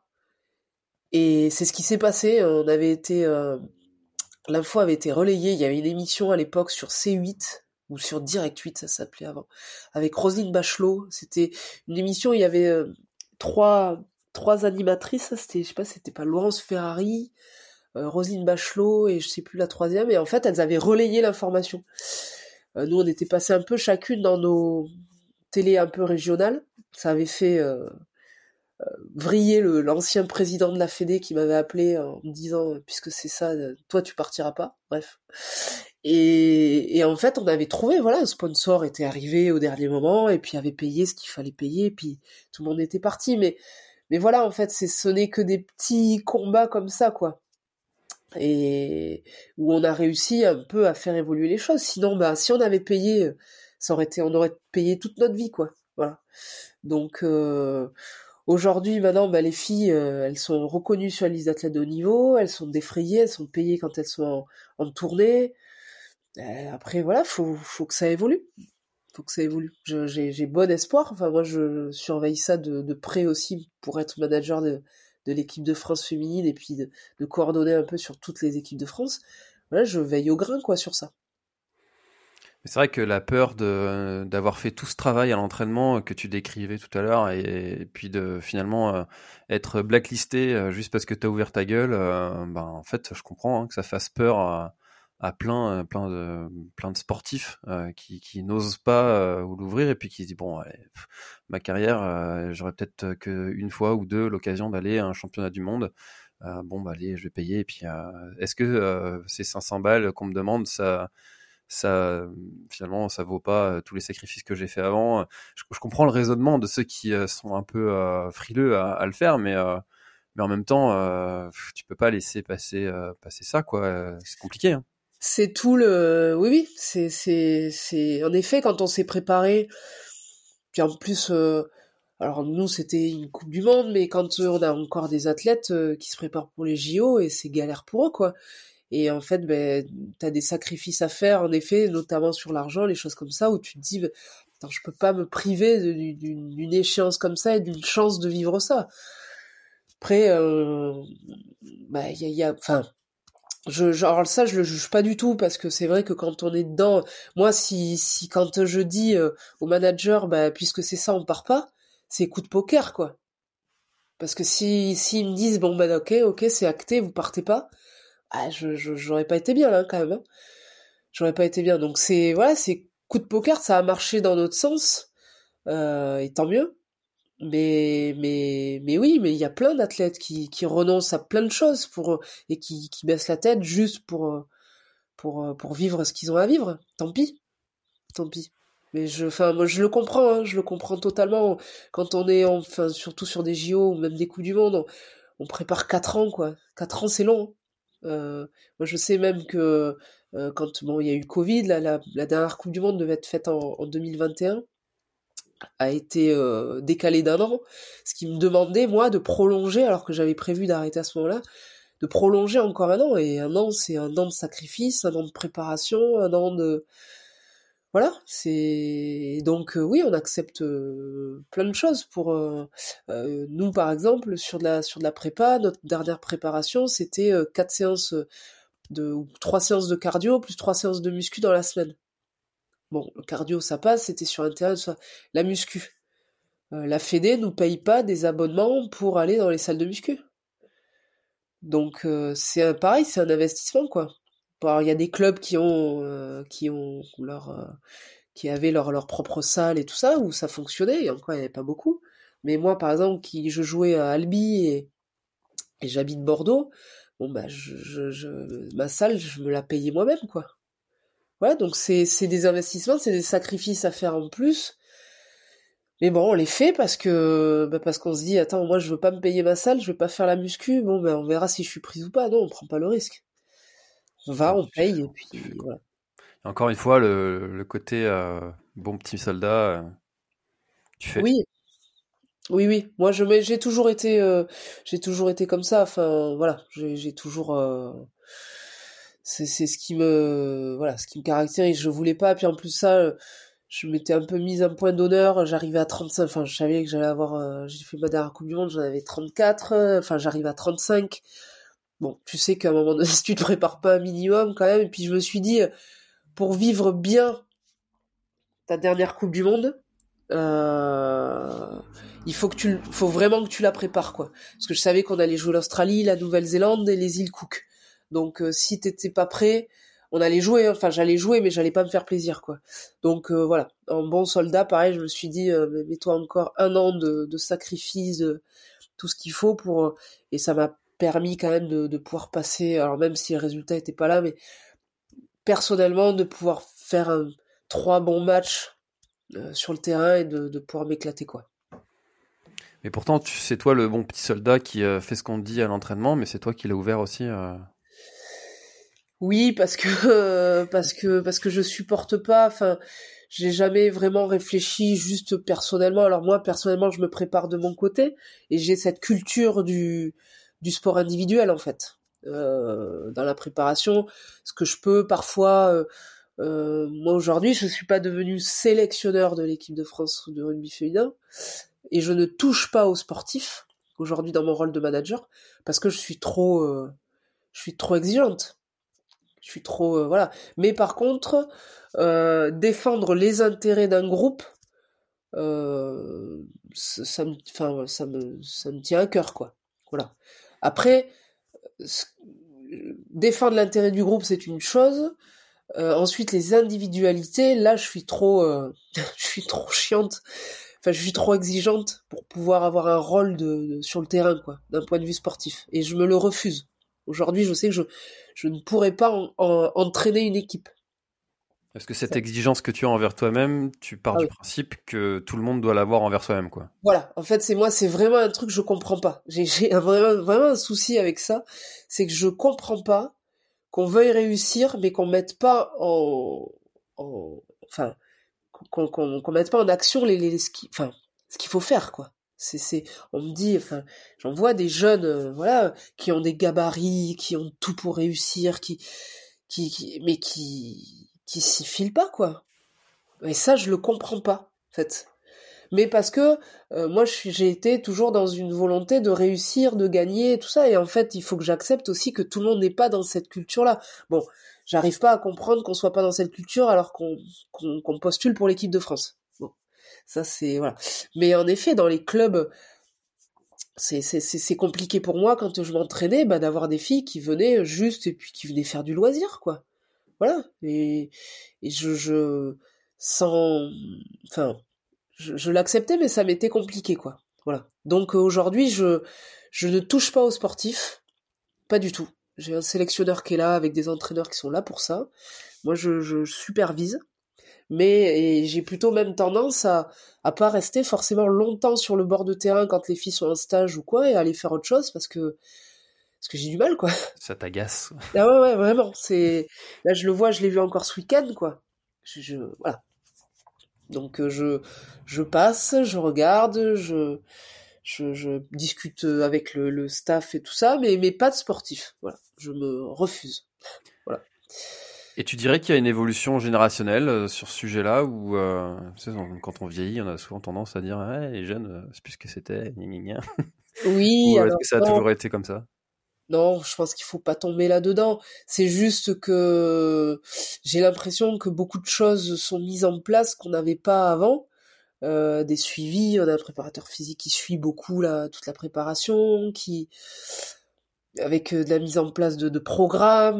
Et c'est ce qui s'est passé. On avait été, euh, l'info avait été relayée. Il y avait une émission à l'époque sur C huit ou sur Direct huit, ça s'appelait avant, avec Roselyne Bachelot. C'était une émission. Il y avait euh, trois trois animatrices. C'était, je sais pas, c'était pas Laurence Ferrari. Euh, Roselyne Bachelot et je sais plus la troisième, et en fait elles avaient relayé l'information. Euh, nous on était passés un peu chacune dans nos télés un peu régionales, ça avait fait euh, euh, vriller le, l'ancien président de la Fédé qui m'avait appelé en me disant puisque c'est ça, toi tu partiras pas, bref. Et, et en fait on avait trouvé, voilà, un sponsor était arrivé au dernier moment et puis avait payé ce qu'il fallait payer et puis tout le monde était parti, mais, mais voilà en fait c'est, ce n'est que des petits combats comme ça quoi. Et où on a réussi un peu à faire évoluer les choses. Sinon, bah, si on avait payé, ça aurait été, on aurait payé toute notre vie, quoi. Voilà. Donc euh, aujourd'hui, maintenant, bah, les filles, euh, elles sont reconnues sur la liste d'athlètes de haut niveau, elles sont défrayées, elles sont payées quand elles sont en, en tournée. Euh, après, voilà, faut, faut que ça évolue. Faut que ça évolue. Je, j'ai, j'ai bon espoir. Enfin, moi, je surveille ça de, de près aussi pour être manager de. de l'équipe de France féminine et puis de, de coordonner un peu sur toutes les équipes de France. Voilà, je veille au grain quoi sur ça. C'est vrai que la peur de, d'avoir fait tout ce travail à l'entraînement que tu décrivais tout à l'heure et, et puis de finalement euh, être blacklisté euh, juste parce que tu as ouvert ta gueule, euh, ben, en fait je comprends hein, que ça fasse peur à, à plein, plein, de, plein de sportifs euh, qui, qui n'osent pas euh, l'ouvrir et puis qui se disent bon allez, pff, ma carrière euh, j'aurais peut-être qu'une fois ou deux l'occasion d'aller à un championnat du monde. Euh, bon bah allez je vais payer et puis euh, est-ce que euh, ces cinq cents balles qu'on me demande ça ça finalement ça vaut pas euh, tous les sacrifices que j'ai fait avant. Je, je comprends le raisonnement de ceux qui euh, sont un peu euh, frileux à, à le faire, mais euh, mais en même temps euh, tu peux pas laisser passer euh, passer ça quoi. C'est compliqué. Hein. C'est tout le, oui oui, c'est c'est c'est en effet quand on s'est préparé. Puis en plus, euh, alors nous c'était une Coupe du Monde, mais quand euh, on a encore des athlètes euh, qui se préparent pour les J O et c'est galère pour eux quoi. Et en fait, ben, t'as des sacrifices à faire, en effet, notamment sur l'argent, les choses comme ça, où tu te dis, ben, attends, je peux pas me priver de, d'une, d'une échéance comme ça et d'une chance de vivre ça. Après, euh, ben, il y a, y a, enfin, je, genre ça, je le juge pas du tout parce que c'est vrai que quand on est dedans, moi, si, si quand je dis euh, au manager, ben, puisque c'est ça, on part pas, c'est coup de poker, quoi. Parce que si, s'ils me disent, bon, ben, ok, ok, c'est acté, vous partez pas. Ah, je, je, j'aurais pas été bien là quand même. Hein. J'aurais pas été bien. Donc c'est voilà, c'est coup de poker, ça a marché dans notre sens, euh, et tant mieux. Mais mais mais oui, mais il y a plein d'athlètes qui qui renoncent à plein de choses pour et qui qui baissent la tête juste pour pour pour vivre ce qu'ils ont à vivre. Tant pis, tant pis. Mais je, enfin moi je le comprends, hein, je le comprends totalement. Quand on est, enfin surtout sur des J O ou même des Coupes du Monde, on, on prépare quatre ans quoi. Quatre ans c'est long. Hein. Euh, moi je sais même que euh, quand bon il y a eu Covid, là, la, la dernière Coupe du Monde devait être faite en, en deux mille vingt et un, a été euh, décalée d'un an, ce qui me demandait moi de prolonger alors que j'avais prévu d'arrêter à ce moment-là, de prolonger encore un an. Et un an, c'est un an de sacrifice, un an de préparation, un an de... Voilà, c'est... Donc euh, oui, on accepte euh, plein de choses pour... Euh, euh, nous, par exemple, sur de la, sur de la prépa, notre dernière préparation, c'était euh, quatre séances de... ou trois séances de cardio, plus trois séances de muscu dans la semaine. Bon, le cardio, ça passe, c'était sur un terrain, soit la muscu. Euh, la Fédé nous paye pas des abonnements pour aller dans les salles de muscu. Donc euh, c'est un, pareil, c'est un investissement, quoi. Bon, il y a des clubs qui ont euh, qui ont leur euh, qui avaient leur leur propre salle et tout ça où ça fonctionnait, et encore il n'y avait pas beaucoup. Mais moi par exemple, qui je jouais à Albi et, et j'habite Bordeaux, bon bah je, je, je ma salle, je me la payais moi-même, quoi. Ouais, donc c'est c'est des investissements, c'est des sacrifices à faire en plus. Mais bon, on les fait parce que bah parce qu'on se dit attends, moi je veux pas me payer ma salle, je vais pas faire la muscu, bon ben bah, on verra si je suis prise ou pas. Non, on prend pas le risque. On va, on paye et puis voilà. Et encore une fois, le, le côté euh, bon petit soldat, euh, tu fais. Oui, oui, oui. Moi, je mais j'ai toujours été, euh, j'ai toujours été comme ça. Enfin, voilà, j'ai, j'ai toujours, euh, c'est, c'est ce qui me, voilà, ce qui me caractérise. Je voulais pas. Puis en plus ça, euh, je m'étais un peu mise un point d'honneur. J'arrivais à trente-cinq. Enfin, je savais que j'allais avoir. Euh, j'ai fait ma dernière Coupe du Monde, j'en avais trente-quatre. euh, Enfin, j'arrive à trente-cinq. Bon, tu sais qu'à un moment donné, si tu te prépares pas un minimum quand même. Et puis je me suis dit, pour vivre bien ta dernière Coupe du Monde, euh, il faut que tu, faut vraiment que tu la prépares, quoi. Parce que je savais qu'on allait jouer l'Australie, la Nouvelle-Zélande et les îles Cook. Donc euh, si t'étais pas prêt, on allait jouer. Enfin, j'allais jouer, mais j'allais pas me faire plaisir, quoi. Donc euh, voilà, en bon soldat, pareil, je me suis dit, euh, mets-toi encore un an de, de sacrifice, de tout ce qu'il faut pour. Euh, et ça m'a permis quand même de, de pouvoir passer. Alors même si les résultats étaient pas là, mais personnellement de pouvoir faire un, trois bons matchs euh, sur le terrain et de, de pouvoir m'éclater, quoi. Mais pourtant, tu, c'est toi le bon petit soldat qui euh, fait ce qu'on te dit à l'entraînement, mais c'est toi qui l'as ouvert aussi. Euh... Oui, parce que euh, parce que parce que je supporte pas. Enfin, j'ai jamais vraiment réfléchi juste personnellement. Alors moi, personnellement, je me prépare de mon côté et j'ai cette culture du du sport individuel en fait. Euh, dans la préparation, ce que je peux parfois. Euh, euh, moi aujourd'hui, je suis pas devenu sélectionneur de l'équipe de France de rugby féminin et je ne touche pas aux sportifs aujourd'hui dans mon rôle de manager parce que je suis trop, euh, je suis trop exigeante. Je suis trop, euh, voilà. Mais par contre, euh, défendre les intérêts d'un groupe, euh, ça, ça me, enfin, ça me, ça me tient à cœur, quoi. Voilà. Après, ce- défendre l'intérêt du groupe, c'est une chose. Euh, ensuite, les individualités, là, je suis trop, euh, je suis trop chiante. Enfin, je suis trop exigeante pour pouvoir avoir un rôle de, de sur le terrain, quoi, d'un point de vue sportif. Et je me le refuse. Aujourd'hui, je sais que je, je ne pourrais pas en, en, entraîner une équipe. Est-ce que cette exigence que tu as envers toi-même, tu pars Ah du oui. principe que tout le monde doit l'avoir envers soi-même, quoi? Voilà. En fait, c'est moi, c'est vraiment un truc que je comprends pas. J'ai, j'ai un, vraiment, vraiment un souci avec ça. C'est que je comprends pas qu'on veuille réussir, mais qu'on mette pas en, en, enfin, qu'on, qu'on, qu'on mette pas en action les, les, ce qui, enfin, ce qu'il faut faire, quoi. C'est, c'est, on me dit, enfin, j'en vois des jeunes, euh, voilà, qui ont des gabarits, qui ont tout pour réussir, qui, qui, qui mais qui, qui s'y filent pas, quoi. Et ça, je le comprends pas, en fait. Mais parce que euh, moi, je suis, j'ai été toujours dans une volonté de réussir, de gagner, et tout ça. Et en fait, il faut que j'accepte aussi que tout le monde n'est pas dans cette culture-là. Bon, j'arrive pas à comprendre qu'on soit pas dans cette culture alors qu'on, qu'on, qu'on postule pour l'équipe de France. Bon, ça c'est voilà. Mais en effet, dans les clubs, c'est c'est c'est, c'est compliqué pour moi quand je m'entraînais, bah, d'avoir des filles qui venaient juste et puis qui venaient faire du loisir, quoi. Voilà. Et et je je sans, enfin. Je, je l'acceptais, mais ça m'était compliqué, quoi. Voilà. Donc euh, aujourd'hui, je je ne touche pas aux sportifs, pas du tout. J'ai un sélectionneur qui est là, avec des entraîneurs qui sont là pour ça. Moi, je, je supervise, mais et j'ai plutôt même tendance à à pas rester forcément longtemps sur le bord de terrain quand les filles sont en stage ou quoi, et à aller faire autre chose parce que parce que j'ai du mal, quoi. Ça t'agace. Ah ouais, ouais, vraiment. C'est là, je le vois, je l'ai vu encore ce week-end, quoi. Je, je voilà. Donc euh, je je passe, je regarde, je je, je discute avec le, le staff et tout ça, mais, mais pas de sportif. Voilà, je me refuse. Voilà. Et tu dirais qu'il y a une évolution générationnelle euh, sur ce sujet-là, où euh, tu sais, quand on vieillit, on a souvent tendance à dire ah, les jeunes, euh, c'est plus ce que c'était, gna gna gna. Oui, Ou alors est-ce que ça a non, toujours été comme ça? non, je pense qu'il faut pas tomber là-dedans. C'est juste que j'ai l'impression que beaucoup de choses sont mises en place qu'on n'avait pas avant. Euh, des suivis, on a un préparateur physique qui suit beaucoup la, toute la préparation, qui avec euh, de la mise en place de, de programmes,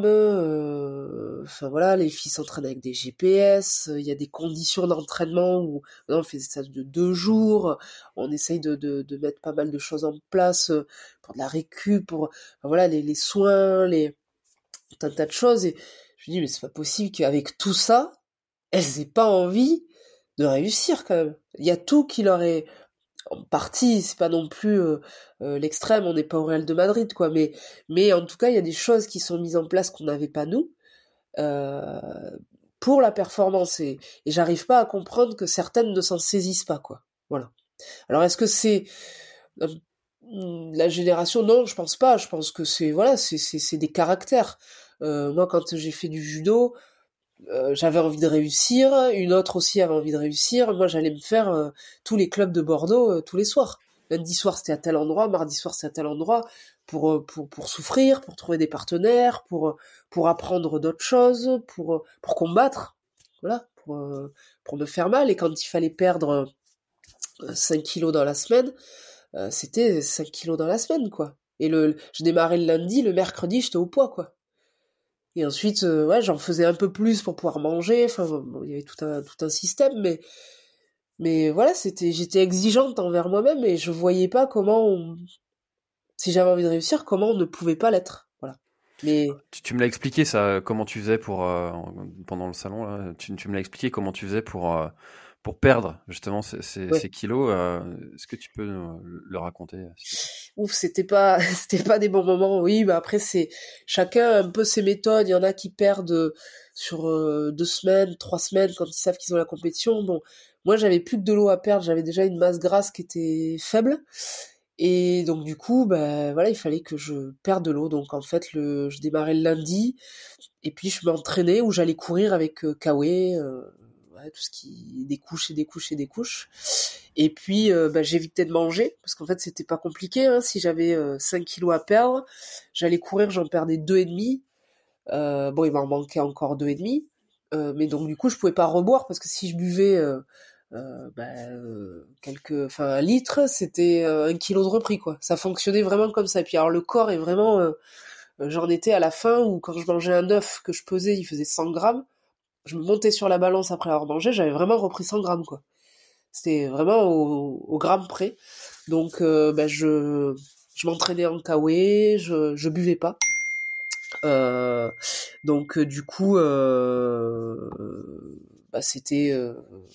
euh, enfin voilà, les filles s'entraînent avec des G P S, il y a des conditions d'entraînement où non, on fait des stages de deux jours, on essaye de, de, de mettre pas mal de choses en place euh, pour de la récup, pour enfin, voilà les, les soins, les tout un tas de choses, et je me dis mais c'est pas possible qu'avec tout ça, elles aient pas envie de réussir quand même. Il y a tout qui leur est en partie, c'est pas non plus euh, euh, l'extrême, on n'est pas au Real de Madrid, quoi, mais, mais en tout cas, il y a des choses qui sont mises en place qu'on n'avait pas nous, euh, pour la performance, et, et j'arrive pas à comprendre que certaines ne s'en saisissent pas, quoi. Voilà. Alors, est-ce que c'est euh, la génération? Non, je pense pas, je pense que c'est, voilà, c'est, c'est, c'est des caractères. Euh, moi, quand j'ai fait du judo, Euh, j'avais envie de réussir, une autre aussi avait envie de réussir, moi j'allais me faire euh, tous les clubs de Bordeaux euh, tous les soirs. Lundi soir c'était à tel endroit, mardi soir c'était à tel endroit, pour, euh, pour, pour souffrir, pour trouver des partenaires, pour, pour apprendre d'autres choses, pour, pour combattre, voilà, pour, euh, pour me faire mal. Et quand il fallait perdre euh, cinq kilos dans la semaine, euh, c'était cinq kilos dans la semaine, quoi. Et le, je démarrais le lundi, le mercredi j'étais au poids, quoi. Et ensuite, euh, ouais, j'en faisais un peu plus pour pouvoir manger. Enfin, bon, il y avait tout un tout un système, mais mais voilà, c'était, j'étais exigeante envers moi-même et je voyais pas comment, on, si j'avais envie de réussir, comment on ne pouvait pas l'être. Voilà. Mais Tu, tu me l'as expliqué ça, comment tu faisais pour euh, pendant le salon là. Tu, tu me l'as expliqué comment tu faisais pour euh, pour perdre justement ces, ces, ouais, ces kilos. Euh, est-ce que tu peux nous le, le raconter? ouf, c'était pas c'était pas des bons moments. Oui, bah après c'est chacun a un peu ses méthodes. Il y en a qui perdent sur euh, deux semaines, trois semaines quand ils savent qu'ils ont la compétition. Bon, moi j'avais plus que de l'eau à perdre. J'avais déjà une masse grasse qui était faible. Et donc du coup, bah voilà, il fallait que je perde de l'eau. Donc en fait, le, je démarrais le lundi, et puis je m'entraînais où j'allais courir avec euh, Kawe, euh, ouais, tout ce qui des couches et des couches et des couches. Et puis euh, bah, j'évitais de manger parce qu'en fait c'était pas compliqué. Hein, si j'avais euh, cinq kilos à perdre, j'allais courir, j'en perdais deux et demi. Euh, bon, il m'en manquait encore deux et demi. Euh, mais donc du coup, je pouvais pas reboire parce que si je buvais euh, euh, bah, euh, quelques, enfin un litre, c'était euh, un kilo de repris, quoi. Ça fonctionnait vraiment comme ça. Et puis alors le corps est vraiment, euh, j'en étais à la fin où quand je mangeais un œuf que je pesais, il faisait cent grammes. Je me montais sur la balance après avoir mangé, j'avais vraiment repris cent grammes, quoi. C'était vraiment au, au gramme près. Donc euh, bah, je, je m'entraînais en Kawe, je, je buvais pas. Euh, donc euh, du coup, euh, bah, c'était euh,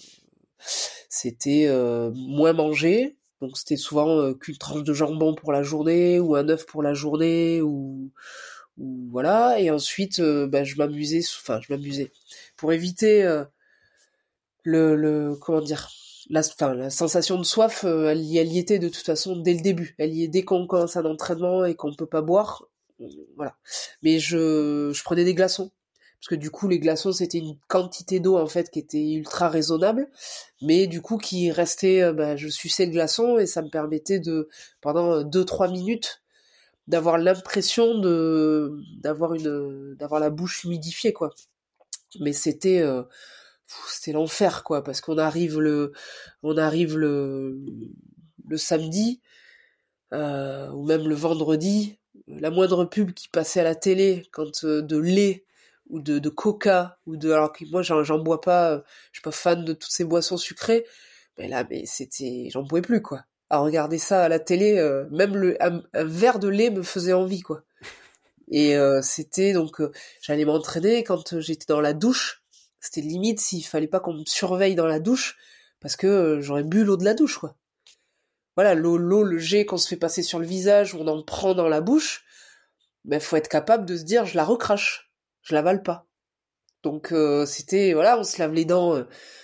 c'était euh, moins manger. Donc c'était souvent euh, qu'une tranche de jambon pour la journée ou un œuf pour la journée ou, ou voilà. Et ensuite, euh, bah, je m'amusais, enfin je m'amusais pour éviter euh, le, le comment dire. La, enfin, la sensation de soif, euh, elle, y, elle y était de toute façon dès le début. Elle y est dès qu'on commence un entraînement et qu'on peut pas boire. Voilà. Mais je, je prenais des glaçons. Parce que du coup, les glaçons, c'était une quantité d'eau, en fait, qui était ultra raisonnable. Mais du coup, qui restait, euh, bah, je suçais le glaçon et ça me permettait de, pendant deux trois minutes, d'avoir l'impression de, d'avoir une, d'avoir la bouche humidifiée, quoi. Mais c'était, euh, c'était l'enfer, quoi, parce qu'on arrive le, on arrive le, le samedi, euh, ou même le vendredi, la moindre pub qui passait à la télé, quand euh, de lait ou de, de coca ou de, alors que moi j'en, j'en bois pas, euh, je suis pas fan de toutes ces boissons sucrées, mais là, mais c'était, j'en pouvais plus, quoi. À regarder ça à la télé, euh, même le un, un verre de lait me faisait envie, quoi. Et euh, c'était donc, euh, j'allais m'entraîner quand euh, j'étais dans la douche. C'était limite s'il fallait pas qu'on me surveille dans la douche, parce que euh, j'aurais bu l'eau de la douche, quoi. Voilà, l'eau, l'eau, le jet qu'on se fait passer sur le visage, où on en prend dans la bouche, ben faut être capable de se dire, je la recrache, je l'avale pas. Donc euh, c'était, voilà, on se lave les dents euh,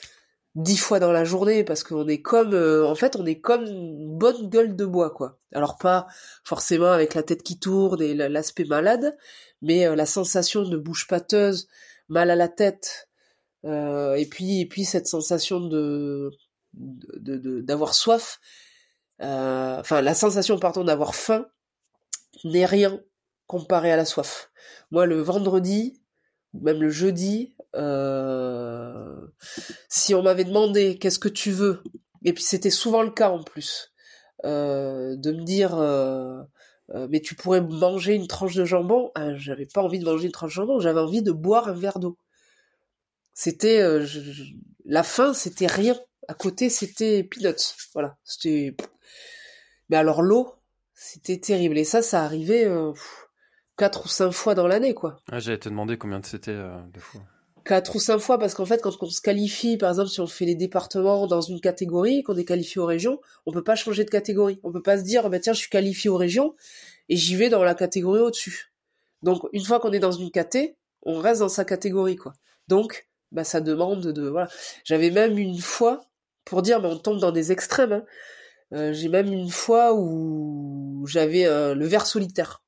dix fois dans la journée parce qu'on est comme, euh, en fait, on est comme une bonne gueule de bois, quoi. Alors pas forcément avec la tête qui tourne et l'aspect malade, mais euh, la sensation de bouche pâteuse, mal à la tête, euh, et puis et puis cette sensation de, de, de d'avoir soif, euh, enfin la sensation pardon d'avoir faim n'est rien comparé à la soif. Moi le vendredi, même le jeudi, euh, si on m'avait demandé qu'est-ce que tu veux, et puis c'était souvent le cas en plus, euh, de me dire euh, euh, mais tu pourrais manger une tranche de jambon, ah, j'avais pas envie de manger une tranche de jambon, j'avais envie de boire un verre d'eau. C'était euh, je, je, la faim, c'était rien. À côté, c'était peanuts. Voilà, c'était. Mais alors l'eau, c'était terrible. Et ça, ça arrivait euh, quatre ou cinq fois dans l'année, quoi. Ah, j'allais te demander combien c'était euh, de fois. Quatre ou cinq fois, parce qu'en fait, quand on se qualifie, par exemple, si on fait les départements dans une catégorie, qu'on est qualifié aux régions, on peut pas changer de catégorie. On peut pas se dire, bah tiens, je suis qualifié aux régions et j'y vais dans la catégorie au-dessus. Donc, une fois qu'on est dans une caté, on reste dans sa catégorie, quoi. Donc, bah ça demande de voilà. J'avais même une fois pour dire, mais on tombe dans des extrêmes. Hein. Euh, j'ai même une fois où j'avais euh, le ver solitaire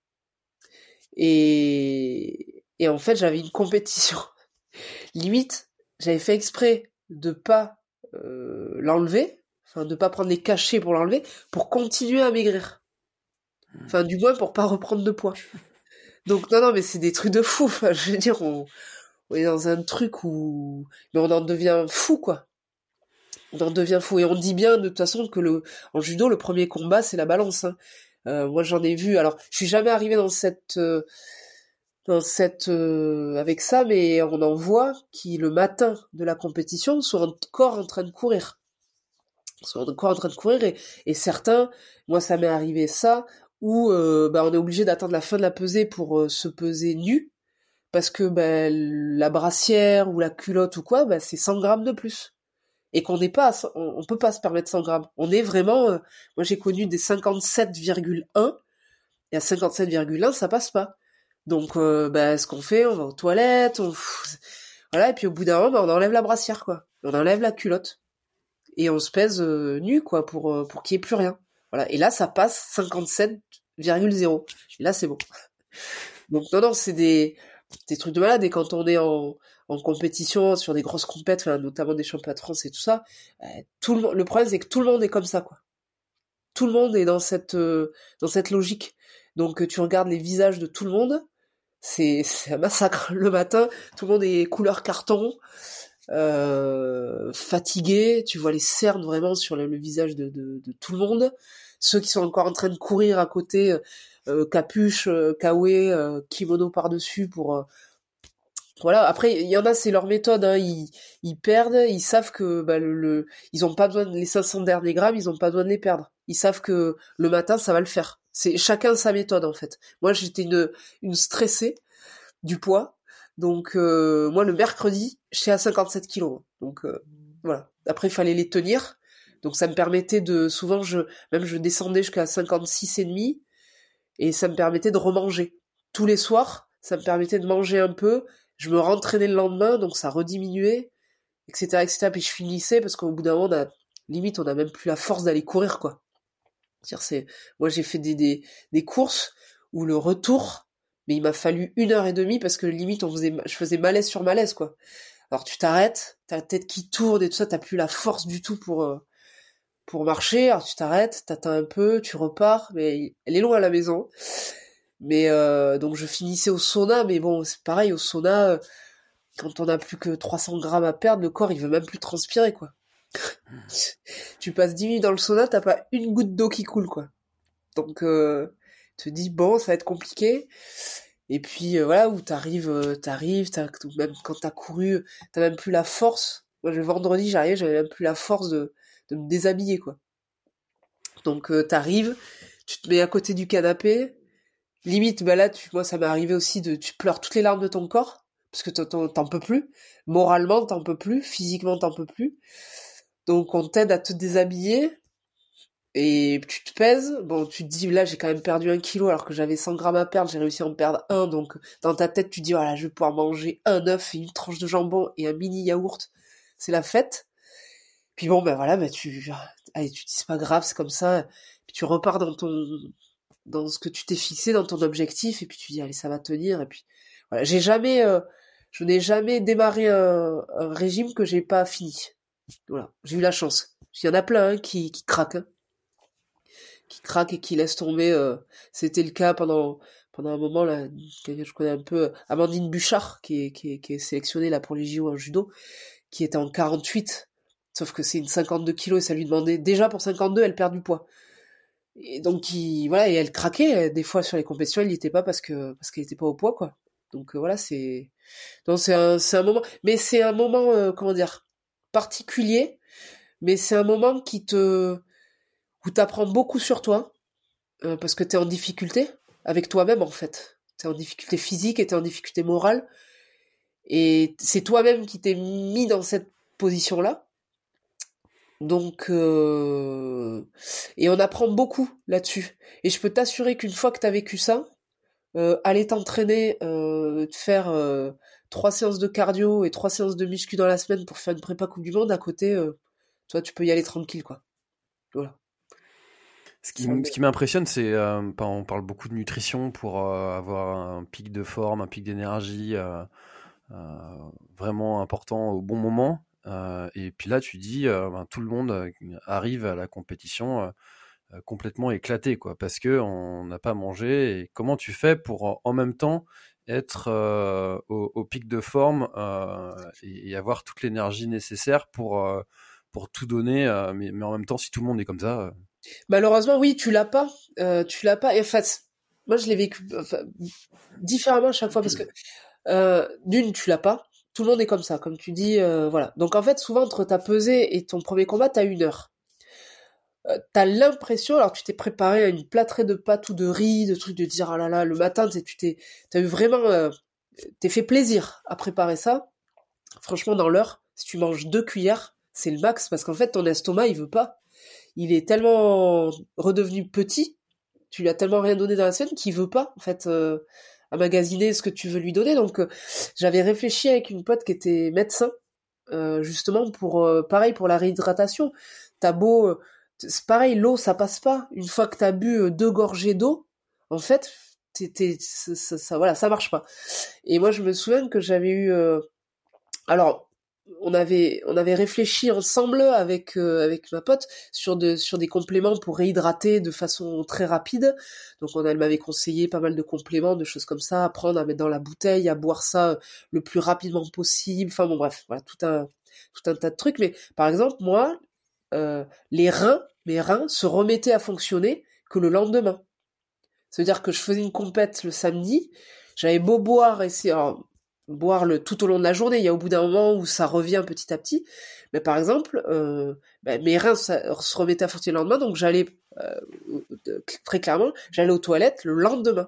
et et en fait j'avais une compétition. Limite, j'avais fait exprès de pas euh, l'enlever, enfin de pas prendre les cachets pour l'enlever, pour continuer à maigrir. Enfin du moins pour pas reprendre de poids. Donc non non mais c'est des trucs de fou. Enfin, je veux dire on on est dans un truc où mais on en devient fou quoi. On en devient fou et on dit bien de toute façon que le en judo le premier combat c'est la balance. Hein. Euh, moi j'en ai vu. Alors je suis jamais arrivée dans cette euh, dans cette euh, avec ça, mais on en voit qui le matin de la compétition sont encore en train de courir, sont encore en train de courir et, et certains, moi ça m'est arrivé ça où euh, bah on est obligé d'attendre la fin de la pesée pour euh, se peser nu. Parce que ben la brassière ou la culotte ou quoi, ben c'est cent grammes de plus. Et qu'on n'est pas, à, on, on peut pas se permettre cent grammes. On est vraiment, euh, moi j'ai connu des cinquante-sept virgule un, et à cinquante-sept virgule un ça passe pas. Donc euh, ben ce qu'on fait, on va aux toilettes, on, voilà, et puis au bout d'un moment, ben, on enlève la brassière quoi, on enlève la culotte et on se pèse euh, nu quoi pour euh, pour qu'il y ait plus rien. Voilà, et là ça passe cinquante-sept virgule zéro. Et là c'est bon. Donc non non c'est des des trucs de malade et quand on est en, en compétition sur des grosses compètes, enfin, notamment des championnats de France et tout ça, euh, tout le, le problème c'est que tout le monde est comme ça quoi. Tout le monde est dans cette euh, dans cette logique. Donc tu regardes les visages de tout le monde, c'est c'est un massacre. Le matin, tout le monde est couleur carton, euh, fatigué. Tu vois les cernes vraiment sur le, le visage de, de de tout le monde. Ceux qui sont encore en train de courir à côté. Euh, capuche, euh, kawaii, euh, kimono par-dessus pour euh... voilà. Après il y en a c'est leur méthode, hein. ils ils perdent, ils savent que bah, le, le ils ont pas besoin de les cinq cents derniers grammes, ils ont pas besoin de les perdre. Ils savent que le matin ça va le faire. C'est chacun sa méthode en fait. Moi j'étais une une stressée du poids, donc euh, moi le mercredi j'étais à cinquante-sept kilos, donc euh, voilà. Après il fallait les tenir, donc ça me permettait de souvent je même je descendais jusqu'à cinquante-six et demi. Et ça me permettait de remanger. Tous les soirs, ça me permettait de manger un peu, je me rentraînais le lendemain, donc ça rediminuait, et cetera, et cetera. Puis je finissais, parce qu'au bout d'un moment, on a, limite, on n'a même plus la force d'aller courir, quoi. C'est-à-dire, c'est, moi, j'ai fait des, des, des courses où le retour, mais il m'a fallu une heure et demie, parce que limite, on faisait, je faisais malaise sur malaise, quoi. Alors tu t'arrêtes, t'as la tête qui tourne et tout ça, t'as plus la force du tout pour... Euh, pour marcher, alors tu t'arrêtes, t'attends un peu, tu repars, mais elle est loin à la maison. Mais euh, donc je finissais au sauna, mais bon, c'est pareil, au sauna, euh, quand on a plus que trois cents grammes à perdre, le corps, il veut même plus transpirer, quoi. Tu passes dix minutes dans le sauna, t'as pas une goutte d'eau qui coule, quoi. Donc, euh, tu te dis, bon, ça va être compliqué. Et puis, euh, voilà, où t'arrives, euh, t'arrives, t'as, même quand t'as couru, t'as même plus la force. Moi, le vendredi, j'arrivais, j'avais même plus la force de de me déshabiller quoi. Donc euh, t'arrives, tu te mets à côté du canapé, limite bah là tu, moi ça m'est arrivé aussi de tu pleures toutes les larmes de ton corps parce que t'en, t'en peux plus, moralement t'en peux plus, physiquement t'en peux plus. Donc on t'aide à te déshabiller et tu te pèses, bon tu te dis là j'ai quand même perdu un kilo alors que j'avais cent grammes à perdre, j'ai réussi à en perdre un, donc dans ta tête tu te dis voilà je vais pouvoir manger un œuf et une tranche de jambon et un mini yaourt, c'est la fête. Puis bon, ben voilà, ben tu, allez, tu dis c'est pas grave, c'est comme ça. Puis tu repars dans ton, dans ce que tu t'es fixé, dans ton objectif, et puis tu dis allez, ça va tenir. Et puis voilà, j'ai jamais, euh, je n'ai jamais démarré un, un régime que j'ai pas fini. Voilà, j'ai eu la chance. Il y en a plein hein, qui, qui craquent, hein, qui craquent et qui laissent tomber. Euh, c'était le cas pendant pendant un moment là, que je connais un peu, Amandine Bouchard, qui est qui est, qui est sélectionnée là pour les J O en judo, qui était en quarante-huit. Sauf que c'est une cinquante-deux kilos et ça lui demandait, déjà pour cinquante-deux, elle perd du poids. Et donc, il, voilà, et elle craquait, des fois sur les compétitions, elle n'y était pas parce que, parce qu'elle n'était pas au poids, quoi. Donc, euh, voilà, c'est, donc c'est un, c'est un moment, mais c'est un moment, euh, comment dire, particulier, mais c'est un moment qui te, où t'apprends beaucoup sur toi, euh, parce que t'es en difficulté, avec toi-même, en fait. T'es en difficulté physique et t'es en difficulté morale. Et c'est toi-même qui t'es mis dans cette position-là. Donc, euh... et on apprend beaucoup là-dessus. Et je peux t'assurer qu'une fois que t'as vécu ça, euh, aller t'entraîner, euh, faire euh, trois séances de cardio et trois séances de muscu dans la semaine pour faire une prépa Coupe du Monde, à côté, euh, toi, tu peux y aller tranquille, quoi. Voilà. Ce qui, ce qui m'impressionne, c'est, euh, on parle beaucoup de nutrition pour euh, avoir un pic de forme, un pic d'énergie euh, euh, vraiment important au bon moment. Euh, et puis là, tu dis, euh, ben, tout le monde arrive à la compétition euh, complètement éclaté, quoi, parce que on n'a pas mangé. Et comment tu fais pour en même temps être euh, au, au pic de forme euh, et, et avoir toute l'énergie nécessaire pour euh, pour tout donner, euh, mais, mais en même temps, si tout le monde est comme ça. Euh... Malheureusement, oui, tu l'as pas, euh, tu l'as pas. Et en fait, moi, je l'ai vécu enfin, différemment à chaque fois parce que euh, d'une, tu l'as pas. Tout le monde est comme ça, comme tu dis, euh, voilà. Donc en fait, souvent entre ta pesée et ton premier combat, t'as une heure. Euh, t'as l'impression, alors tu t'es préparé à une plâtrée de pâtes ou de riz, de trucs de dire ah là là, le matin, tu t'es, t'as eu vraiment, euh, t'es fait plaisir à préparer ça. Franchement, dans l'heure, si tu manges deux cuillères, c'est le max parce qu'en fait, ton estomac, il veut pas. Il est tellement redevenu petit, tu lui as tellement rien donné dans la semaine qu'il veut pas, en fait. Euh, à magasiner ce que tu veux lui donner. Donc, euh, j'avais réfléchi avec une pote qui était médecin, euh, justement, pour, euh, pareil, pour la réhydratation. T'as beau, euh, c'est pareil, l'eau, ça passe pas. Une fois que t'as bu euh, deux gorgées d'eau, en fait, t'es, t'es, ça, ça, ça, voilà, ça marche pas. Et moi, je me souviens que j'avais eu, euh, alors, on avait on avait réfléchi ensemble avec euh, avec ma pote sur de sur des compléments pour réhydrater de façon très rapide. Donc on elle m'avait conseillé pas mal de compléments, de choses comme ça, à prendre, à mettre dans la bouteille, à boire ça le plus rapidement possible. Enfin bon bref, voilà tout un tout un tas de trucs. Mais par exemple moi, euh, les reins, mes reins se remettaient à fonctionner que le lendemain. C'est-à-dire que je faisais une compète le samedi, j'avais beau boire et c'est alors, boire le tout au long de la journée, il y a au bout d'un moment où ça revient petit à petit, mais par exemple euh, ben, mes reins ça, se remettaient à fonctionner le lendemain, donc j'allais euh, très clairement j'allais aux toilettes le lendemain,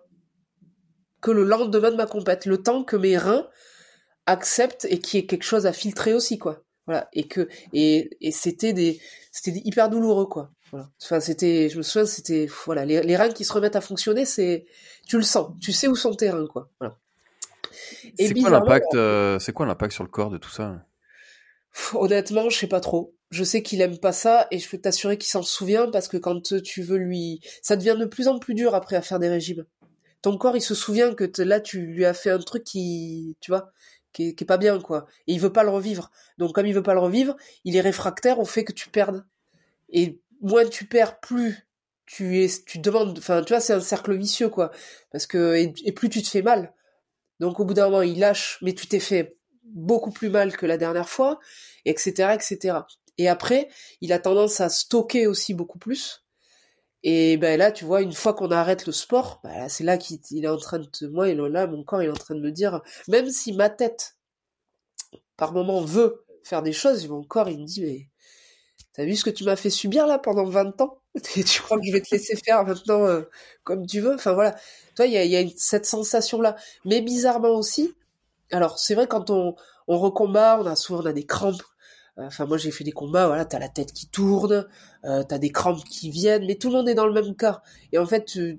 que le lendemain de ma compète, le temps que mes reins acceptent et qu'il y ait quelque chose à filtrer aussi, quoi. Voilà, et que et, et c'était des c'était hyper douloureux, quoi. Voilà. Enfin, c'était, je me souviens, c'était voilà, les, les reins qui se remettent à fonctionner, c'est tu le sens, tu sais où sont tes reins, quoi. Voilà. Et c'est quoi l'impact euh, c'est quoi l'impact sur le corps de tout ça? Honnêtement, je sais pas trop. Je sais qu'il aime pas ça et je peux t'assurer qu'il s'en souvient parce que quand tu veux lui, ça devient de plus en plus dur après à faire des régimes. Ton corps, il se souvient que là, tu lui as fait un truc qui, tu vois, qui est, qui est pas bien, quoi. Et il veut pas le revivre. Donc, comme il veut pas le revivre, il est réfractaire au fait que tu perdes. Et moins tu perds, plus tu es, tu demandes, enfin, tu vois, c'est un cercle vicieux, quoi. Parce que, et, et plus tu te fais mal. Donc, au bout d'un moment, il lâche, mais tu t'es fait beaucoup plus mal que la dernière fois, et cetera, et cetera. Et après, il a tendance à stocker aussi beaucoup plus. Et ben là, tu vois, une fois qu'on arrête le sport, ben là, c'est là qu'il il est en train de, moi, et là, mon corps, il est en train de me dire, même si ma tête, par moment, veut faire des choses, mon corps, il me dit, mais t'as vu ce que tu m'as fait subir là pendant vingt ans? Et tu crois que je vais te laisser faire maintenant euh, comme tu veux? Enfin voilà, toi, il y a, y a une, cette sensation-là. Mais bizarrement aussi, alors c'est vrai quand on, on recombat, on a souvent on a des crampes. Enfin moi j'ai fait des combats, voilà, t'as la tête qui tourne, euh, t'as des crampes qui viennent, mais tout le monde est dans le même cas. Et en fait, tu...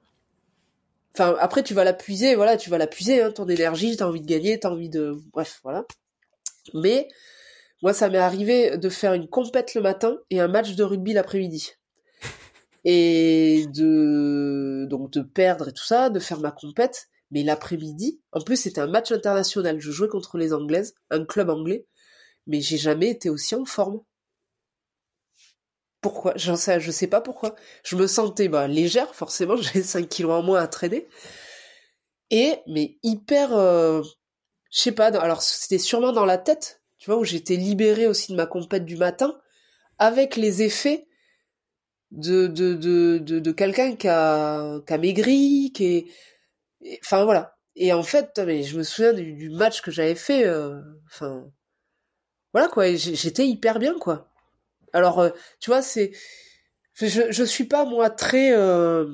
enfin après tu vas la puiser, voilà, tu vas la puiser, hein, ton énergie, t'as envie de gagner, t'as envie de, bref, voilà. Mais Moi, ça m'est arrivé de faire une compète le matin et un match de rugby l'après-midi. Et de donc de perdre et tout ça, de faire ma compète, mais l'après-midi, en plus c'était un match international, je jouais contre les Anglaises, un club anglais, mais j'ai jamais été aussi en forme. Pourquoi? J'en sais, je sais pas pourquoi. Je me sentais bah, légère, forcément, j'avais cinq kilos en moins à traîner. Et, mais hyper, euh, je sais pas, dans, alors c'était sûrement dans la tête, tu vois, où j'étais libérée aussi de ma compète du matin, avec les effets de de de de, de quelqu'un qui a qui a maigri, qui est, et, enfin voilà. Et en fait, mais je me souviens du, du match que j'avais fait, euh, enfin voilà quoi, et j'étais hyper bien quoi. Alors euh, tu vois, c'est je je suis pas moi très euh,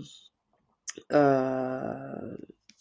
euh,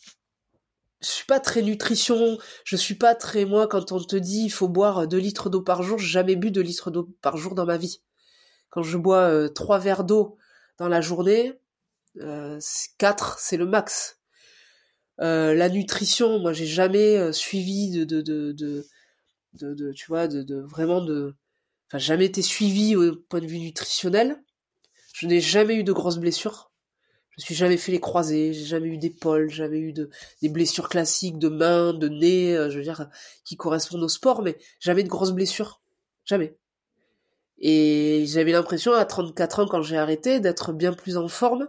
je suis pas très nutrition, je suis pas très moi quand on te dit il faut boire deux litres d'eau par jour, j'ai jamais bu deux litres d'eau par jour dans ma vie. Quand je bois euh, trois verres d'eau dans la journée, euh, quatre c'est le max. Euh, la nutrition, moi j'ai jamais euh, suivi de de, de de de de tu vois de de vraiment de enfin jamais été suivi au point de vue nutritionnel. Je n'ai jamais eu de grosses blessures. Je me suis jamais fait les croisés, j'ai jamais eu d'épaule, jamais eu de des blessures classiques de main, de nez, euh, je veux dire qui correspondent au sport, mais jamais de grosses blessures. Jamais. Et j'avais l'impression à trente-quatre ans quand j'ai arrêté d'être bien plus en forme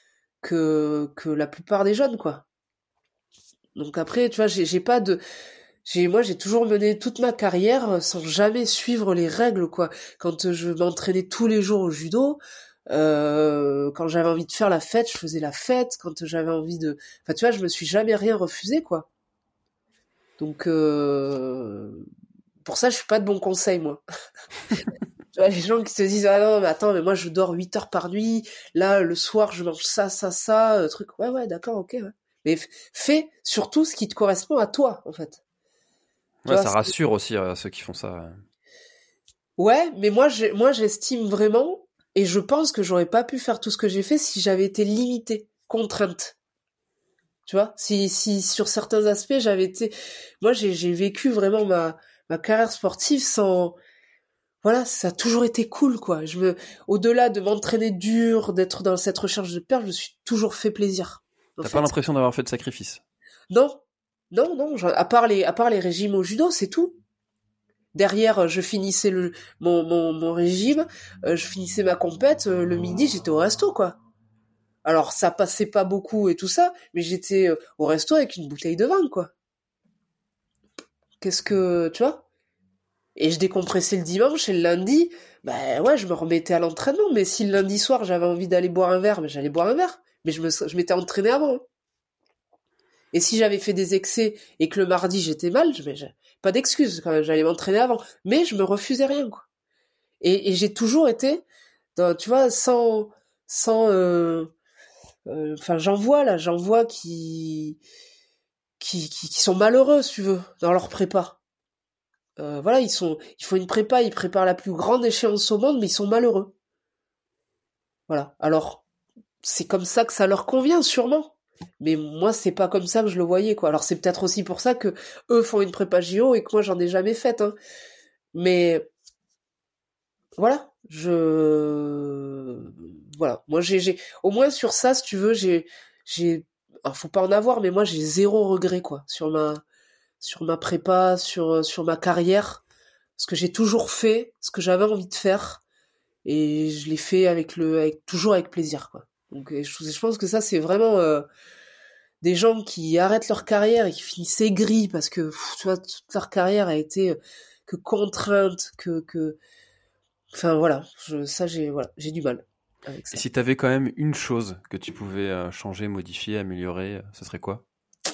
que que la plupart des jeunes quoi. Donc après tu vois j'ai j'ai pas de j'ai moi j'ai toujours mené toute ma carrière sans jamais suivre les règles quoi. Quand je m'entraînais tous les jours au judo, euh, quand j'avais envie de faire la fête, je faisais la fête, quand j'avais envie de enfin tu vois, je me suis jamais rien refusé quoi. Donc euh... pour ça je suis pas de bon conseil moi. Tu vois, les gens qui se disent ah non mais attends mais moi je dors huit heures par nuit, là le soir je mange ça ça ça euh, truc ouais ouais d'accord OK ouais. Mais f- fais surtout ce qui te correspond à toi en fait. Tu Ouais, vois, ça c'est- rassure aussi euh, ceux qui font ça. ouais, mais moi j'ai moi j'estime vraiment et je pense que j'aurais pas pu faire tout ce que j'ai fait si j'avais été limitée, contrainte. Tu vois, si si sur certains aspects j'avais été moi j'ai j'ai vécu vraiment ma ma carrière sportive sans voilà, ça a toujours été cool, quoi. Je me, au-delà de m'entraîner dur, d'être dans cette recherche de perles, je me suis toujours fait plaisir. En T'as fait. pas l'impression d'avoir fait de sacrifice? Non, non, non. j'en- À part les, à part les régimes au judo, c'est tout. Derrière, euh, je finissais le mon mon, mon régime, euh, je finissais ma compète. euh, le midi, j'étais au resto, quoi. Alors ça passait pas beaucoup et tout ça, mais j'étais euh, au resto avec une bouteille de vin, quoi. Qu'est-ce que, tu vois? Et je décompressais le dimanche et le lundi, bah ouais, je me remettais à l'entraînement. Mais si le lundi soir j'avais envie d'aller boire un verre, ben j'allais boire un verre. Mais je me, je m'étais entraîné avant. hein. Et si j'avais fait des excès et que le mardi j'étais mal, je, ben, j'ai- pas d'excuse quand même, j'allais m'entraîner avant. Mais je me refusais rien, quoi. Et, et j'ai toujours été, dans, tu vois, sans, sans, euh, euh, enfin j'en vois là, j'en vois qui, qui, qui, qui sont malheureux, si tu veux, dans leur prépa. Euh, voilà, ils sont, ils font une prépa, ils préparent la plus grande échéance au monde, mais ils sont malheureux. Voilà. Alors, c'est comme ça que ça leur convient, sûrement. Mais moi, c'est pas comme ça que je le voyais, quoi. Alors, c'est peut-être aussi pour ça que eux font une prépa J O et que moi, j'en ai jamais faite, hein. Mais, voilà. Je, voilà. Moi, j'ai, j'ai, au moins sur ça, si tu veux, j'ai, j'ai, alors, faut pas en avoir, mais moi, j'ai zéro regret, quoi, sur ma, sur ma prépa, sur, sur ma carrière. Ce que j'ai toujours fait, ce que j'avais envie de faire, et je l'ai fait avec le, avec, toujours avec plaisir, quoi. Donc, je, je pense que ça, c'est vraiment euh, des gens qui arrêtent leur carrière et qui finissent aigris parce que, pff, tu vois, toute leur carrière a été euh, que contrainte, que, que, enfin voilà, je, ça, j'ai, voilà, j'ai du mal avec Et ça. si t'avais quand même une chose que tu pouvais euh, changer, modifier, améliorer, euh, ce serait quoi?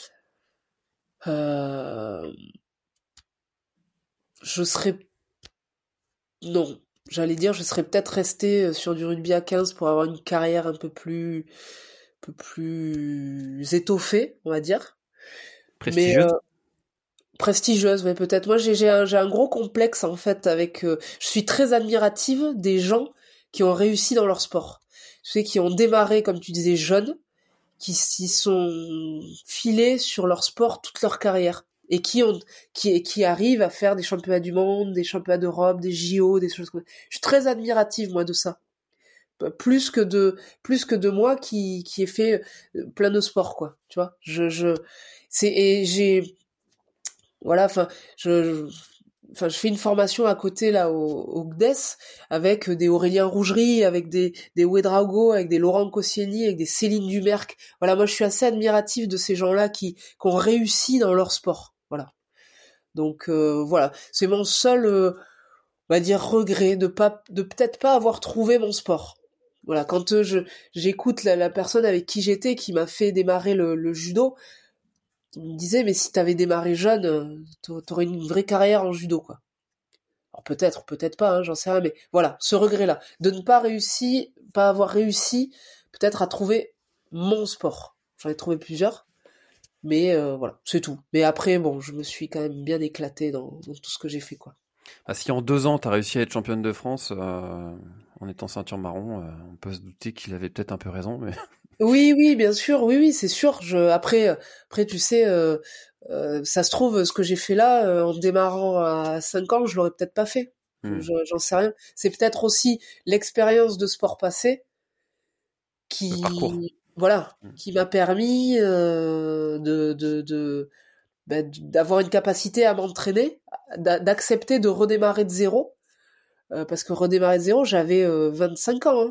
Euh, je serais, non, j'allais dire, je serais peut-être resté sur du rugby à quinze pour avoir une carrière un peu plus peu plus étoffée, on va dire. Mais Prestigieuse? euh, prestigieuse, ouais, peut-être. Moi, j'ai j'ai un, j'ai un gros complexe, en fait, avec... euh, je suis très admirative des gens qui ont réussi dans leur sport. Tu sais, qui ont démarré, comme tu disais, jeunes, qui s'y sont filés sur leur sport toute leur carrière. et qui ont qui qui arrivent à faire des championnats du monde, des championnats d'Europe, des J O, des choses comme ça. Je suis très admirative moi de ça. Plus que de plus que de moi qui qui ai fait plein de sports quoi, tu vois. Je je c'est et j'ai voilà, enfin je enfin je fais une formation à côté là au, au G D E S avec des Aurélien Rougerie, avec des des Ouedraogo, avec des Laurent Koscielny, avec des Céline Dumerc. Voilà, moi je suis assez admirative de ces gens-là qui qui ont réussi dans leur sport. Voilà. Donc euh, voilà, c'est mon seul euh, on va dire regret de pas de peut-être pas avoir trouvé mon sport. Voilà, quand euh, je j'écoute la, la personne avec qui j'étais qui m'a fait démarrer le, le judo, il me disait mais si t'avais démarré jeune, t'aurais une vraie carrière en judo quoi. Alors peut-être, peut-être pas, hein, j'en sais rien, mais voilà, ce regret-là, de ne pas réussir, pas avoir réussi, peut-être à trouver mon sport. J'en ai trouvé plusieurs, mais euh, voilà, c'est tout. Mais après, bon, je me suis quand même bien éclatée dans, dans tout ce que j'ai fait quoi. Ah, si en deux ans t'as réussi à être championne de France euh, en étant ceinture marron, euh, on peut se douter qu'il avait peut-être un peu raison, mais. Oui, oui, bien sûr, oui, oui, c'est sûr. Je après, après, tu sais, euh, euh, ça se trouve, ce que j'ai fait là, euh, en démarrant à cinq ans, je l'aurais peut-être pas fait. Hmm. Je, j'en sais rien. C'est peut-être aussi l'expérience de sport passé qui, voilà, hmm. qui m'a permis euh, de, de, de ben, d'avoir une capacité à m'entraîner, d'accepter de redémarrer de zéro, euh, parce que redémarrer de zéro, j'avais euh, vingt-cinq ans. Hein.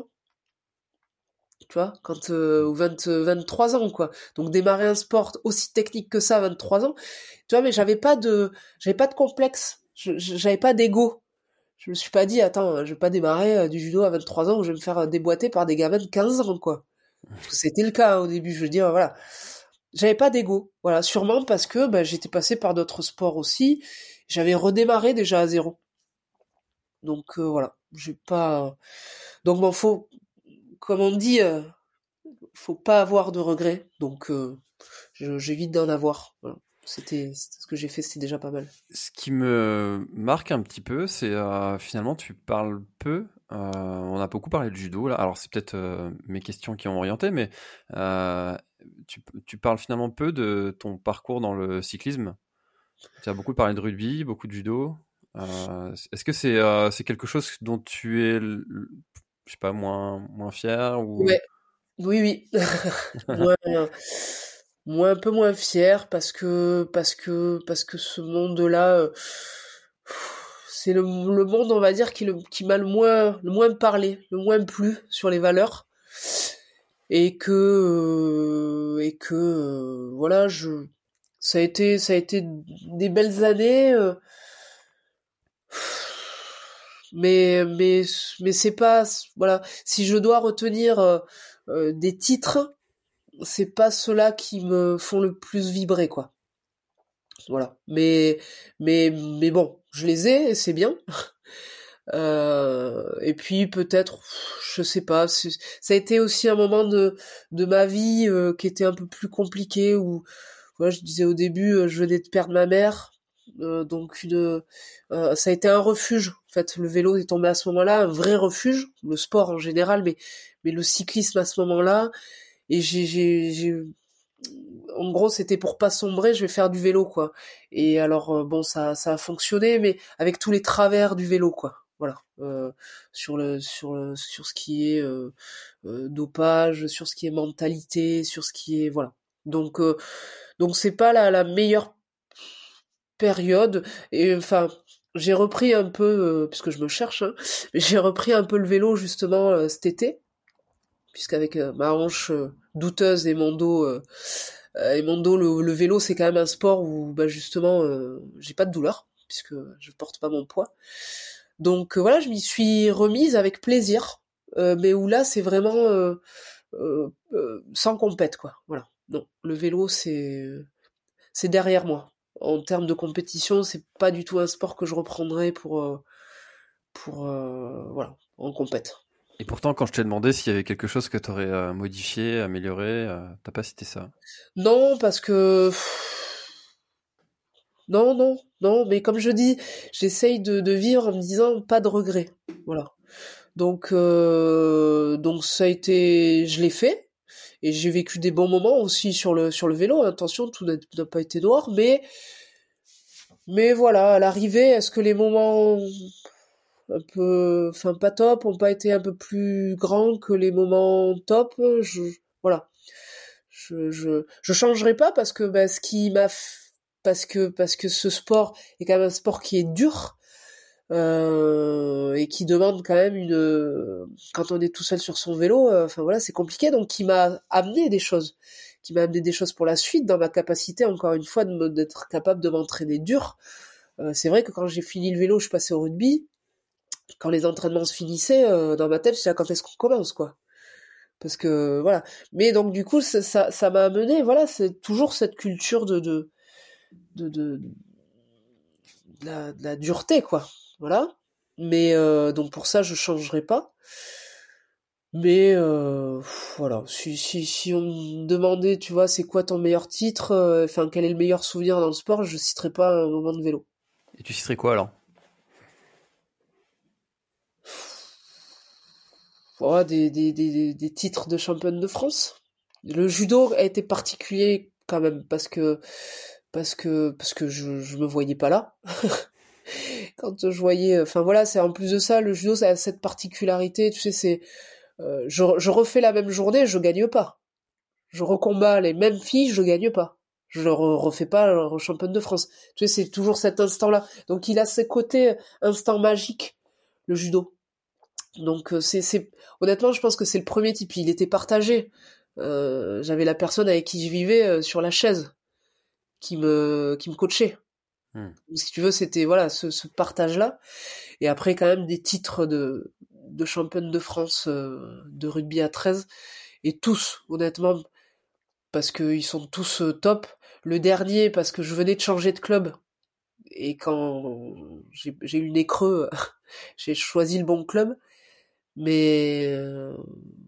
Tu vois, quand euh, vingt, vingt-trois ans quoi. Donc démarrer un sport aussi technique que ça à vingt-trois ans, tu vois, mais j'avais pas de j'avais pas de complexe, je, j'avais pas d'ego. Je me suis pas dit attends, je vais pas démarrer du judo à vingt-trois ans où je vais me faire déboîter par des gamins de quinze ans quoi. Parce que c'était le cas hein, au début, je veux dire voilà. J'avais pas d'ego. Voilà, sûrement parce que ben, j'étais passé par d'autres sports aussi, j'avais redémarré déjà à zéro. Donc euh, voilà, j'ai pas donc bon faut comme on dit, euh, faut pas avoir de regrets, donc euh, je, j'évite d'en avoir. Voilà. C'était, c'était ce que j'ai fait, c'était déjà pas mal. Ce qui me marque un petit peu, c'est euh, finalement tu parles peu. Euh, on a beaucoup parlé de judo là. Alors c'est peut-être euh, mes questions qui ont orienté, mais euh, tu, tu parles finalement peu de ton parcours dans le cyclisme. Tu as beaucoup parlé de rugby, beaucoup de judo. Euh, est-ce que c'est euh, c'est quelque chose dont tu es, je sais pas, moins moins fier ou... Ouais. Oui, oui. moins, moins, un peu moins fier parce que parce que parce que ce monde-là, euh, c'est le, le monde, on va dire, qui, le, qui m'a le moins le moins parlé, le moins plu sur les valeurs, et que euh, et que euh, voilà, je ça a été ça a été des belles années. Euh, mais mais mais c'est pas voilà, si je dois retenir euh, euh, des titres, c'est pas ceux-là qui me font le plus vibrer quoi. Voilà. Mais mais mais bon, je les ai et c'est bien. Euh, et puis peut-être, je sais pas, ça a été aussi un moment de de ma vie euh, qui était un peu plus compliqué où voilà, je disais au début, euh, je venais de perdre ma mère. Euh, donc une, euh, ça a été un refuge. En fait, le vélo est tombé à ce moment-là, un vrai refuge. Le sport en général, mais mais le cyclisme à ce moment-là. Et j'ai, j'ai, j'ai, en gros, c'était pour pas sombrer, je vais faire du vélo, quoi. Et alors, euh, bon, ça, ça a fonctionné, mais avec tous les travers du vélo, quoi. Voilà, euh, sur le, sur le, sur ce qui est euh, euh, dopage, sur ce qui est mentalité, sur ce qui est, voilà. Donc, euh, donc c'est pas la, la meilleure période. Et enfin, j'ai repris un peu, euh, puisque je me cherche, hein, j'ai repris un peu le vélo justement euh, cet été. Puisqu'avec euh, ma hanche euh, douteuse et mon dos euh, et mon dos le, le vélo c'est quand même un sport où bah justement euh, j'ai pas de douleur puisque je porte pas mon poids, donc euh, voilà, je m'y suis remise avec plaisir, euh, mais où là c'est vraiment euh, euh, euh, sans compète quoi. Voilà, non, le vélo c'est c'est derrière moi. En termes de compétition, c'est pas du tout un sport que je reprendrais pour euh, pour euh, voilà, en compète. Et pourtant, quand je t'ai demandé s'il y avait quelque chose que t'aurais euh, modifié, amélioré, euh, t'as pas cité ça. Non, parce que non, non, non. Mais comme je dis, j'essaye de, de vivre en me disant pas de regrets. Voilà. Donc, euh, donc ça a été, je l'ai fait et j'ai vécu des bons moments aussi sur le sur le vélo. Attention, tout n'a, n'a pas été noir, mais Mais voilà, à l'arrivée, est-ce que les moments un peu, enfin pas top, ont pas été un peu plus grands que les moments top? Je, voilà. Je, je, je changerai pas parce que, bah, ce qui m'a, f... parce que, parce que ce sport est quand même un sport qui est dur, euh, et qui demande quand même une, quand on est tout seul sur son vélo, euh, enfin voilà, c'est compliqué, donc qui m'a amené des choses, qui m'a amené des choses pour la suite, dans ma capacité, encore une fois, de me, d'être capable de m'entraîner dur. Euh, c'est vrai que quand j'ai fini le vélo, je passais au rugby. Quand les entraînements se finissaient, euh, dans ma tête, je disais, quand est-ce qu'on commence, quoi? Parce que, voilà. Mais donc, du coup, ça, ça, ça m'a amené, voilà, c'est toujours cette culture de, de, de, de, de la, de la dureté, quoi. Voilà. Mais, euh, donc pour ça, je changerai pas. Mais, euh, voilà. Si, si, si on me demandait, tu vois, c'est quoi ton meilleur titre, euh, enfin, quel est le meilleur souvenir dans le sport, je citerai pas un moment de vélo. Et tu citerais quoi, alors? Oh, des, des, des, des titres de championne de France. Le judo a été particulier quand même parce que parce que parce que je je me voyais pas là. Quand je voyais, enfin voilà, c'est en plus de ça, le judo ça a cette particularité, tu sais, c'est euh, je je refais la même journée, je gagne pas. Je recombats les mêmes filles, je gagne pas. Je ne refais pas le championne de France. Tu sais, c'est toujours cet instant-là. Donc il a ce côté instant magique, le judo. Donc c'est c'est honnêtement, je pense que c'est le premier type. Il était partagé. Euh, j'avais la personne avec qui je vivais euh, sur la chaise qui me qui me coachait. Hmm. Si tu veux, c'était voilà ce, ce partage-là. Et après quand même des titres de de championne de France euh, de rugby à treize et tous honnêtement parce que ils sont tous euh, top. Le dernier parce que je venais de changer de club et quand j'ai j'ai eu le nez creux, j'ai choisi le bon club. Mais euh,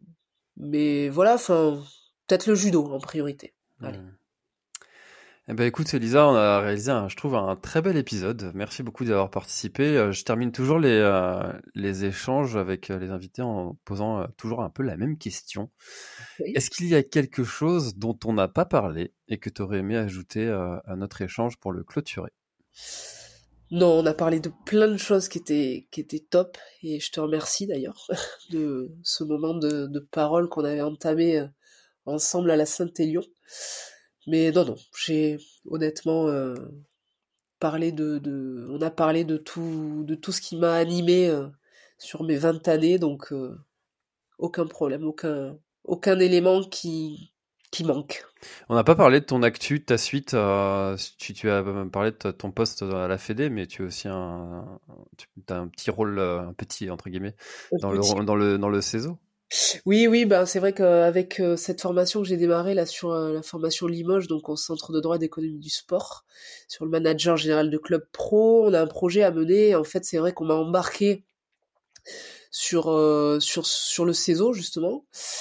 mais voilà, enfin peut-être le judo en priorité. Allez. Mmh. Eh ben écoute Elisa, on a réalisé un, je trouve un très bel épisode. Merci beaucoup d'avoir participé. Je termine toujours les euh, les échanges avec les invités en posant euh, toujours un peu la même question. Oui. Est-ce qu'il y a quelque chose dont on n'a pas parlé et que tu aurais aimé ajouter euh, à notre échange pour le clôturer? Non, on a parlé de plein de choses qui étaient qui étaient top et je te remercie d'ailleurs de ce moment de, de parole qu'on avait entamé ensemble à la Saint-Élion. Mais non, non, j'ai honnêtement euh, parlé de, de, on a parlé de tout, de tout ce qui m'a animé euh, sur mes vingt années, donc euh, aucun problème, aucun, aucun élément qui qui manque. On n'a pas parlé de ton actu, de ta suite. Euh, tu, tu as parlé de ton poste à la Fédé, mais tu as aussi un, tu as un petit rôle, un petit entre guillemets, dans le dans le dans le C E S O. Oui, oui, ben c'est vrai qu'avec euh, cette formation que j'ai démarrée là sur euh, la formation Limoges, donc au Centre de droit d'économie du sport, sur le manager général de club pro, on a un projet à mener. En fait, c'est vrai qu'on m'a embarqué sur euh, sur sur le C E S O justement.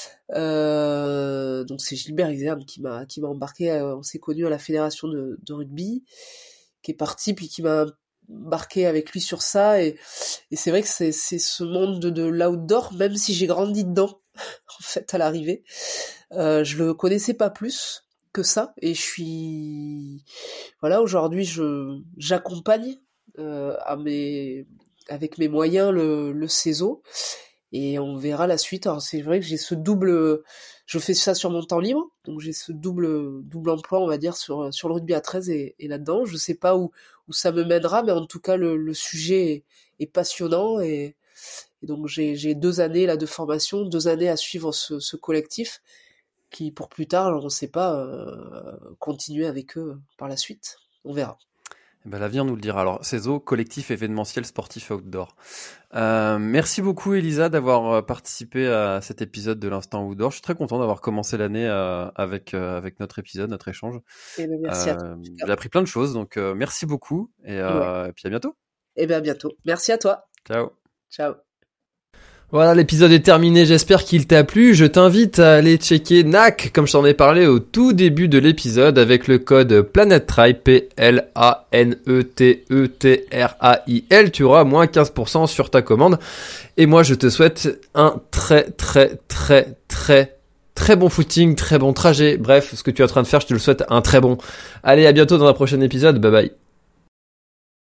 Euh, donc c'est Gilbert Exerme qui m'a qui m'a embarqué. Euh, on s'est connus à la fédération de, de rugby, qui est parti puis qui m'a embarqué avec lui sur ça et, et c'est vrai que c'est c'est ce monde de, de l'outdoor, même si j'ai grandi dedans en fait à l'arrivée, euh, je le connaissais pas plus que ça et je suis voilà aujourd'hui je j'accompagne euh, à mes avec mes moyens le le C E S O. Et on verra la suite. Alors c'est vrai que j'ai ce double, je fais ça sur mon temps libre, donc j'ai ce double double emploi, on va dire, sur sur le rugby à treize et, et là-dedans. Je sais pas où où ça me mènera, mais en tout cas le, le sujet est, est passionnant et, et donc j'ai j'ai deux années là de formation, deux années à suivre ce, ce collectif qui pour plus tard, on ne sait pas, euh, continuer avec eux par la suite. On verra. Ben, l'avenir nous le dira. Alors, C E S O, collectif événementiel sportif outdoor. Euh, merci beaucoup, Elisa, d'avoir participé à cet épisode de l'Instant Outdoor. Je suis très content d'avoir commencé l'année euh, avec euh, avec notre épisode, notre échange. Et ben, merci euh, à toi. J'ai appris plein de choses, donc euh, merci beaucoup et, euh, ouais. et puis à bientôt. Et bien à bientôt. Merci à toi. Ciao. Ciao. Voilà, l'épisode est terminé, j'espère qu'il t'a plu. Je t'invite à aller checker N A C, comme je t'en ai parlé au tout début de l'épisode, avec le code PlanetTrail, P L A N E T E T R A I L. Tu auras moins quinze pour cent sur ta commande. Et moi, je te souhaite un très, très, très, très, très bon footing, très bon trajet. Bref, ce que tu es en train de faire, je te le souhaite un très bon. Allez, à bientôt dans un prochain épisode. Bye bye.